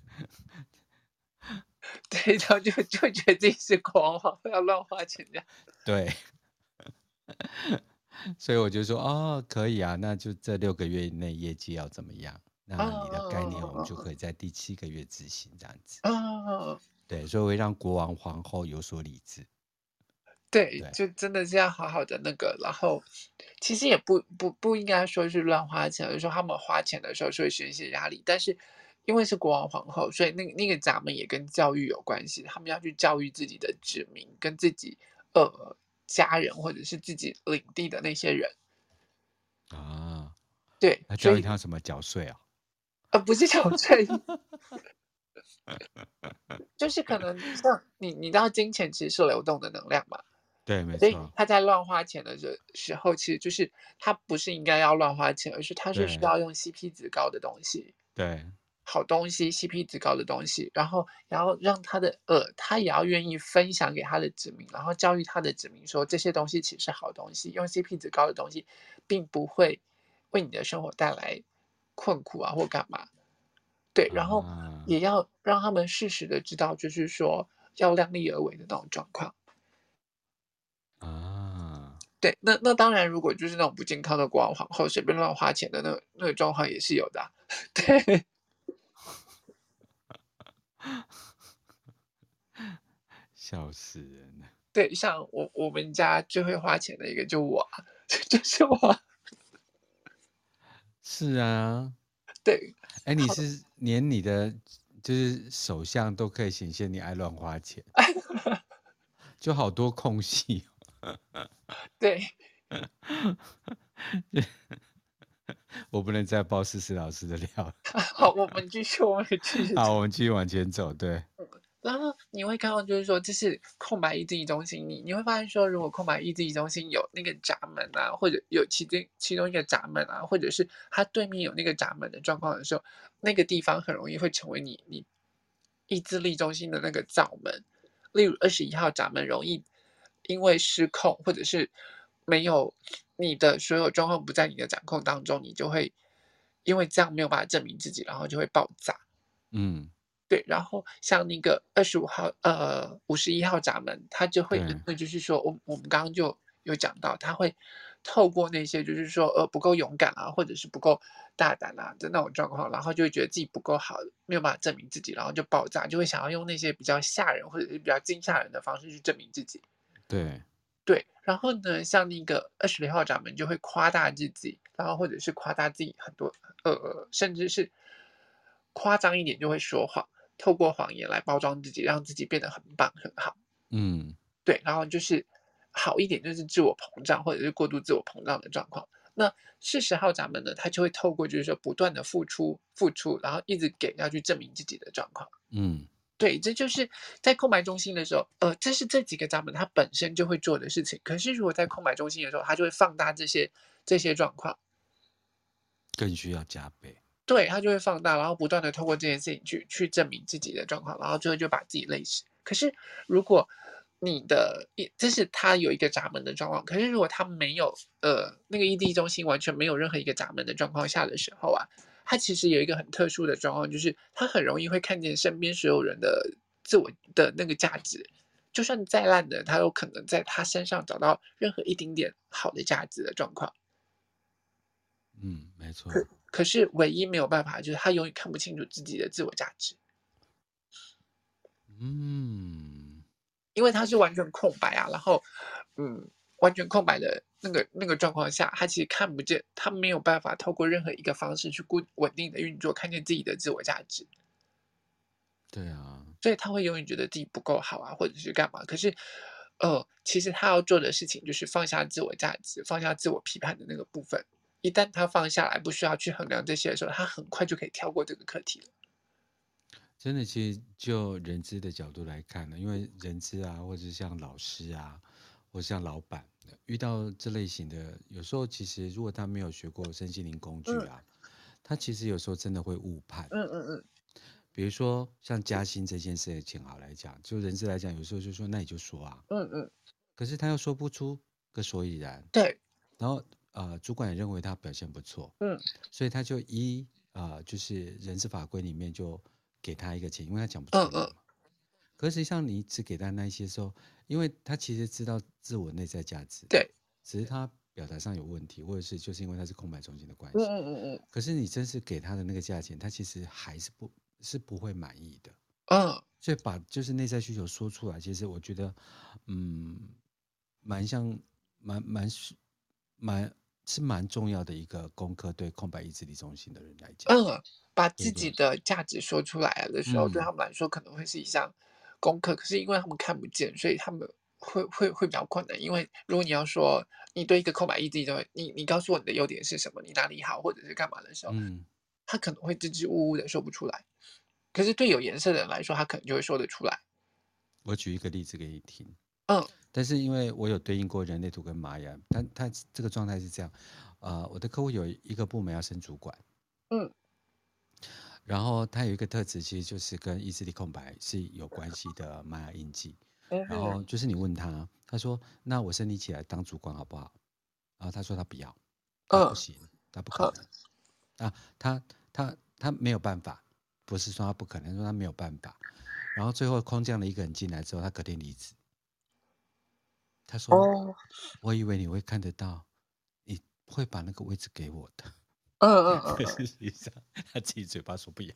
对，然后就觉得自己是国王皇后要乱花钱这样。 对。所以我就说可以啊，那就这6个月内业绩要怎么样？那你的概念我们就可以在第7个月执行这样子。 嗯， 对，所以会让国王皇后有所理智。 对， 对就真的是要好好的那个，然后其实也不应该说是乱花钱，而是说他们花钱的时候是会宣泄压力，但是因为是国王皇后，所以那个闸门也跟教育有关系，他们要去教育自己的子民跟自己家人或者是自己领地的那些人。 啊， 对， 那所以教育他怎么缴税啊？ 不是缴税，就是可能像你知道金钱其实是流动的能量嘛， 对，没所以错， 他在乱花钱的时候，其实就是他不是应该要乱花钱，而是他是需对要用 CP 值高的东西， 对好东西，CP 值高的东西，然后让他也要愿意分享给他的子民，然后教育他的子民说这些东西其实是好东西，用 CP 值高的东西，并不会为你的生活带来困苦啊或干嘛。对，然后啊也要让他们适时的知道，就是说要量力而为的那种状况。 啊， 对，那当然，如果就是那种不健康的国王皇后随便乱花钱的那个状况也是有的啊。 对笑死人了。 对，像我们家最会花钱的一个就我啊，就是我， 是啊， 对， 哎，你是连你的就是手相都可以显现你爱乱花钱，就好多空隙对， 哦。我不能再爆思思老师的料了。 好，我们继续好，我们继续往前走。对， 然后你会看到，就是说这是空白意志力中心，你会发现说，如果空白意志力中心有那个闸门啊，或者有其中一个闸门啊，或者是它对面有那个闸门的状况的时候，那个地方很容易会成为你意志力中心的那个罩门。例如21号闸门容易因为失控，或者是没有你的所有状况不在你的掌控当中，你就会因为这样没有办法证明自己，然后就会爆炸。 嗯， 对，然后像那个25号51号闸门，它就会因对， 为就是说，我们刚刚就有讲到，它会透过那些就是说，不够勇敢啊，或者是不够大胆啊的那种状况，然后就会觉得自己不够好，没有办法证明自己，然后就爆炸，就会想要用那些比较吓人或者是比较惊吓人的方式去证明自己。 对， 对，然后呢，像那个26号闸门就会夸大自己，然后或者是夸大自己很多，甚至是夸张一点就会说谎，透过谎言来包装自己，让自己变得很棒很好。 嗯对，然后就是好一点就是自我膨胀或者是过度自我膨胀的状况。那40号闸门呢，他就会透过就是说不断的付出付出，然后一直给要去证明自己的状况。 嗯， 对，这就是在空白中心的时候，这是这几个闸门它本身就会做的事情。可是如果在空白中心的时候，它就会放大这些状况， 更需要加倍。 对，它就会放大，然后不断的透过这件事情去证明自己的状况，然后最后就把自己累死。可是如果这是它有一个闸门的状况，可是如果它没有那个 ED 中心完全没有任何一个闸门的状况下的时候啊，它其实有一个很特殊的状况，就是它很容易会看见身边所有人的自我的那个价值，就算再烂的，他有可能在他身上找到任何一丁点好的价值的状况。 嗯，没错。 可是唯一没有办法，就是他永远看不清楚自己的自我价值， 嗯， 因为他是完全空白啊。然后，完全空白的那个状况下，他其实看不见，他没有办法透过任何一个方式去稳定的运作，看见自己的自我价值。 对啊， 所以他会永远觉得自己不够好啊，或者是干嘛。可是，其实他要做的事情就是放下自我价值，放下自我批判的那个部分。一旦他放下来，不需要去衡量这些的时候，他很快就可以跳过这个课题了。 真的，其实就人资的角度来看呢，因为人资啊，或者是像老师啊，或像老板，遇到这类型的，有时候其实如果他没有学过身心灵工具嗯啊，他其实有时候真的会误判。 嗯嗯嗯比如说像加薪这件事情好来讲，就人资来讲，有时候就说那你就说啊， 嗯嗯， 可是他又说不出个所以然， 对， 然后主管也认为他表现不错， 嗯所以他就就是人事法规里面就给他一个钱，因为他讲不嗯嗯， 出来嘛。可是实际上你只给他那一些时候，因为他其实知道自我内在价值， 对， 只是他表达上有问题，或者是就是因为他是空白中心的关嗯系。 嗯嗯嗯可是你真是给他的那个价钱，他其实还是不会满意的。 嗯所以把就是内在需求说出来，其实我觉得，嗯，蛮像蛮蛮是蛮是蛮重要的一个功课，对空白意志力中心的人来讲， 嗯，把自己对不对？ 的价值说出来了的时候，对嗯他们来说可能会是一项功课。可是因为他们看不见，所以他们会比较困难。因为如果你要说你对一个空白意志力的，你告诉我你的优点是什么，你哪里好，或者是干嘛的时候， 嗯， 他可能会支支吾吾的说不出来。可是对有颜色的人来说，他可能就会说得出来。 我举一个例子给你听， 嗯但是因为我有对应过人类图跟玛雅，他这个状态是这样，我的客户有一个部门要升主管， 嗯然后他有一个特质，其实就是跟意志力空白是有关系的玛雅印记。然嗯哼后就是你问他，他说：“那我升你起来当主管好不好？”然后他说他不要，他不嗯行，他不可好能啊，他没有办法，不是说他不可能，说他没有办法。然后最后空降了一个人进来之后，他隔天离职。他说： 哦 “我以为你会看得到，你会把那个位置给我的。” 嗯嗯嗯可嗯是实际上他自己嘴巴说不要，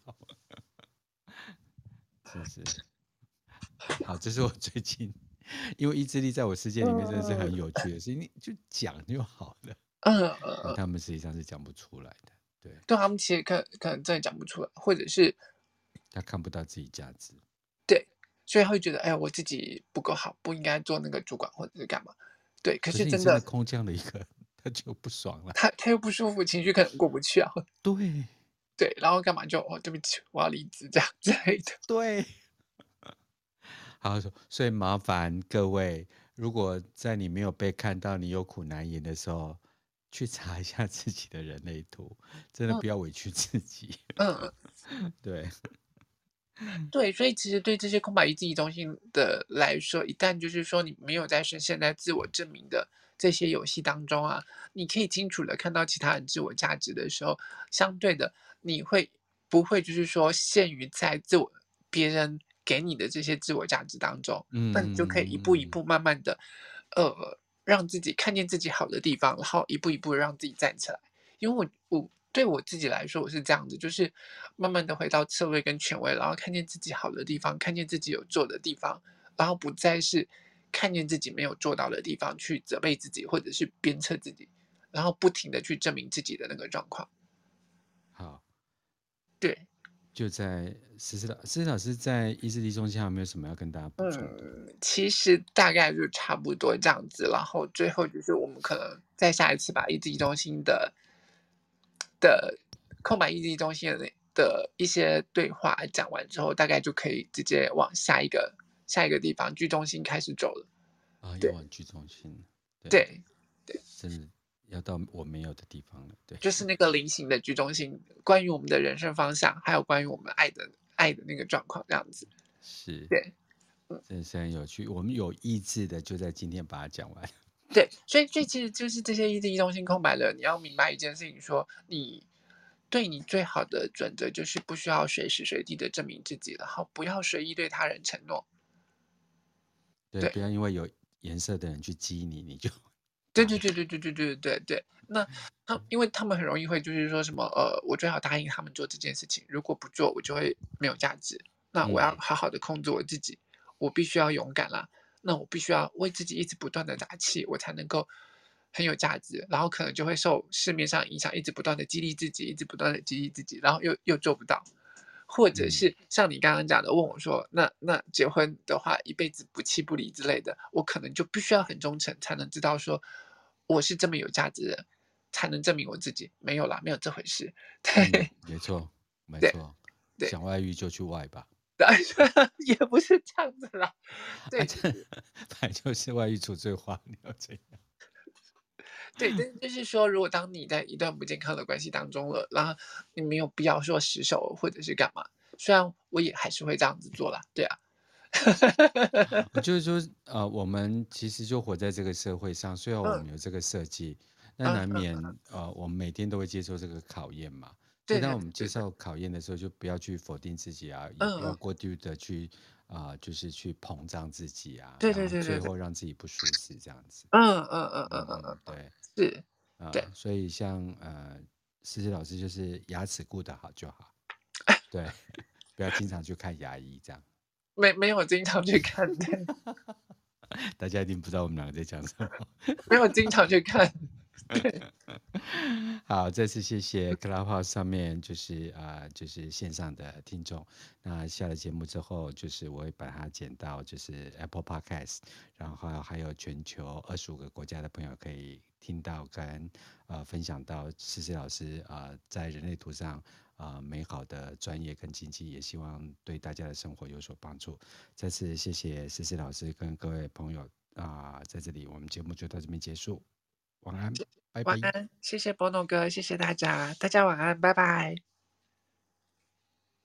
是不是？好，这是我最近，因为意志力在我世界里面真的是很嗯有趣的事情，你就讲就好了。但嗯， 他们实际上是讲不出来的，对， 对他们其实可能真的讲不出来，或者是他看不到自己价值。 对，所以他会觉得，哎，我自己不够好，不应该做那个主管或者是干嘛。对，可可是你是真的真的空降了一个，他就不爽了。 他又不舒服，情绪可能过不去啊。 对对，然后干嘛就对不起，我要离职这样之类的。 对，好，所以麻烦各位，如果在你没有被看到，你有苦难言的时候，去查一下自己的人类图，真的嗯不要委屈自己。 嗯。 对， 对，所以其实对这些空白意志力中心的来说，一旦就是说你没有在深陷在自我证明的这些游戏当中啊，你可以清楚的看到其他人自我价值的时候，相对的你会不会就是说陷于在别人给你的这些自我价值当中，那你就可以一步一嗯， 步慢慢的，让自己看见自己好的地方，然后一步一步地让自己站起来。因为我对我自己来说，我是这样子，就是慢慢的回到策略跟权威，然后看见自己好的地方，看见自己有做的地方，然后不再是看见自己没有做到的地方去责备自己，或者是鞭策自己，然后不停的去证明自己的那个状况。 好， 对， 就在思思老师在意志力中心还有没有什么要跟大家补充的？ 其实大概就差不多这样子，然后最后就是我们可能在下一次把意志力中心的空白意志力中心的一些对话讲完之后，大概就可以直接往下一个地方居中心开始走了。 啊，要对往居中心，对， 对对， 真的要到我没有的地方了，对， 就是那个菱形的居中心，关于我们的人生方向，还有关于我们爱的那个状况，这样子。 是， 对，嗯。 真的是很有趣。我们有意志的就在今天把它讲完。 对，所以其实就是这些意志力中心空白了，你要明白一件事情说，你对你最好的准则就是不需要随时随地的证明自己，然后不要随意对他人承诺。 对，不对， 要因为有颜色的人去激你，你就对答应。 对对对对对对对对。那因为他们很容易会就是说什么我最好答应他们做这件事情，如果不做我就会没有价值。那我要嗯好好的控制我自己，我必须要勇敢啦。那我必须要为自己一直不断的打气，我才能够很有价值。然后可能就会受市面上影响，一直不断的激励自己，一直不断的激励自己，然后又做不到。或者嗯是像你刚刚讲的，问我说，那结婚的话，一辈子不弃不离之类的，我可能就必须要很忠诚，才能知道说我是这么有价值的人，才能证明我自己。没有啦，没有这回事。 嗯， 对没错没对错， 对， 想外遇就去外吧。 也不是这样子啦。 啊， 对， 这反正就是外遇除罪化，你要怎样？ 对，但是就是说，如果当你在一段不健康的关系当中了，然后你没有必要说失手或者是干嘛。虽然我也还是会这样子做啦，对啊。 我就是说，我们其实就活在这个社会上，虽然我嗯们有这个设计，那嗯难免嗯， 我们每天都会接受这个考验嘛。所以， 对对当我们接对对， 受考验的时候，就不要去否定自己啊，也不要嗯嗯， 过度的去就是去膨胀自己啊， 对然后对对对对， 最后让自己不舒适这样子。 嗯嗯嗯嗯嗯嗯， 对， 是，对， 所以像思思老师就是牙齿顾得好就好，对，不要经常去看牙医这样。 没有经常去看，对， 大家一定不知道我们两个在讲什么。 没有经常去看，对， 好，再次谢谢 Clubhouse 上面就是线上的听众。那下了节目之后，就是我会把它剪到就是 Apple Podcast，然后还有全球25个国家的朋友可以听到跟分享到思思老师在人类图上美好的专业跟经济，也希望对大家的生活有所帮助。再次谢谢思思老师跟各位朋友在这里我们节目就到这边结束，晚安，拜拜。 晚安，谢谢波诺哥，谢谢大家，大家晚安，拜拜。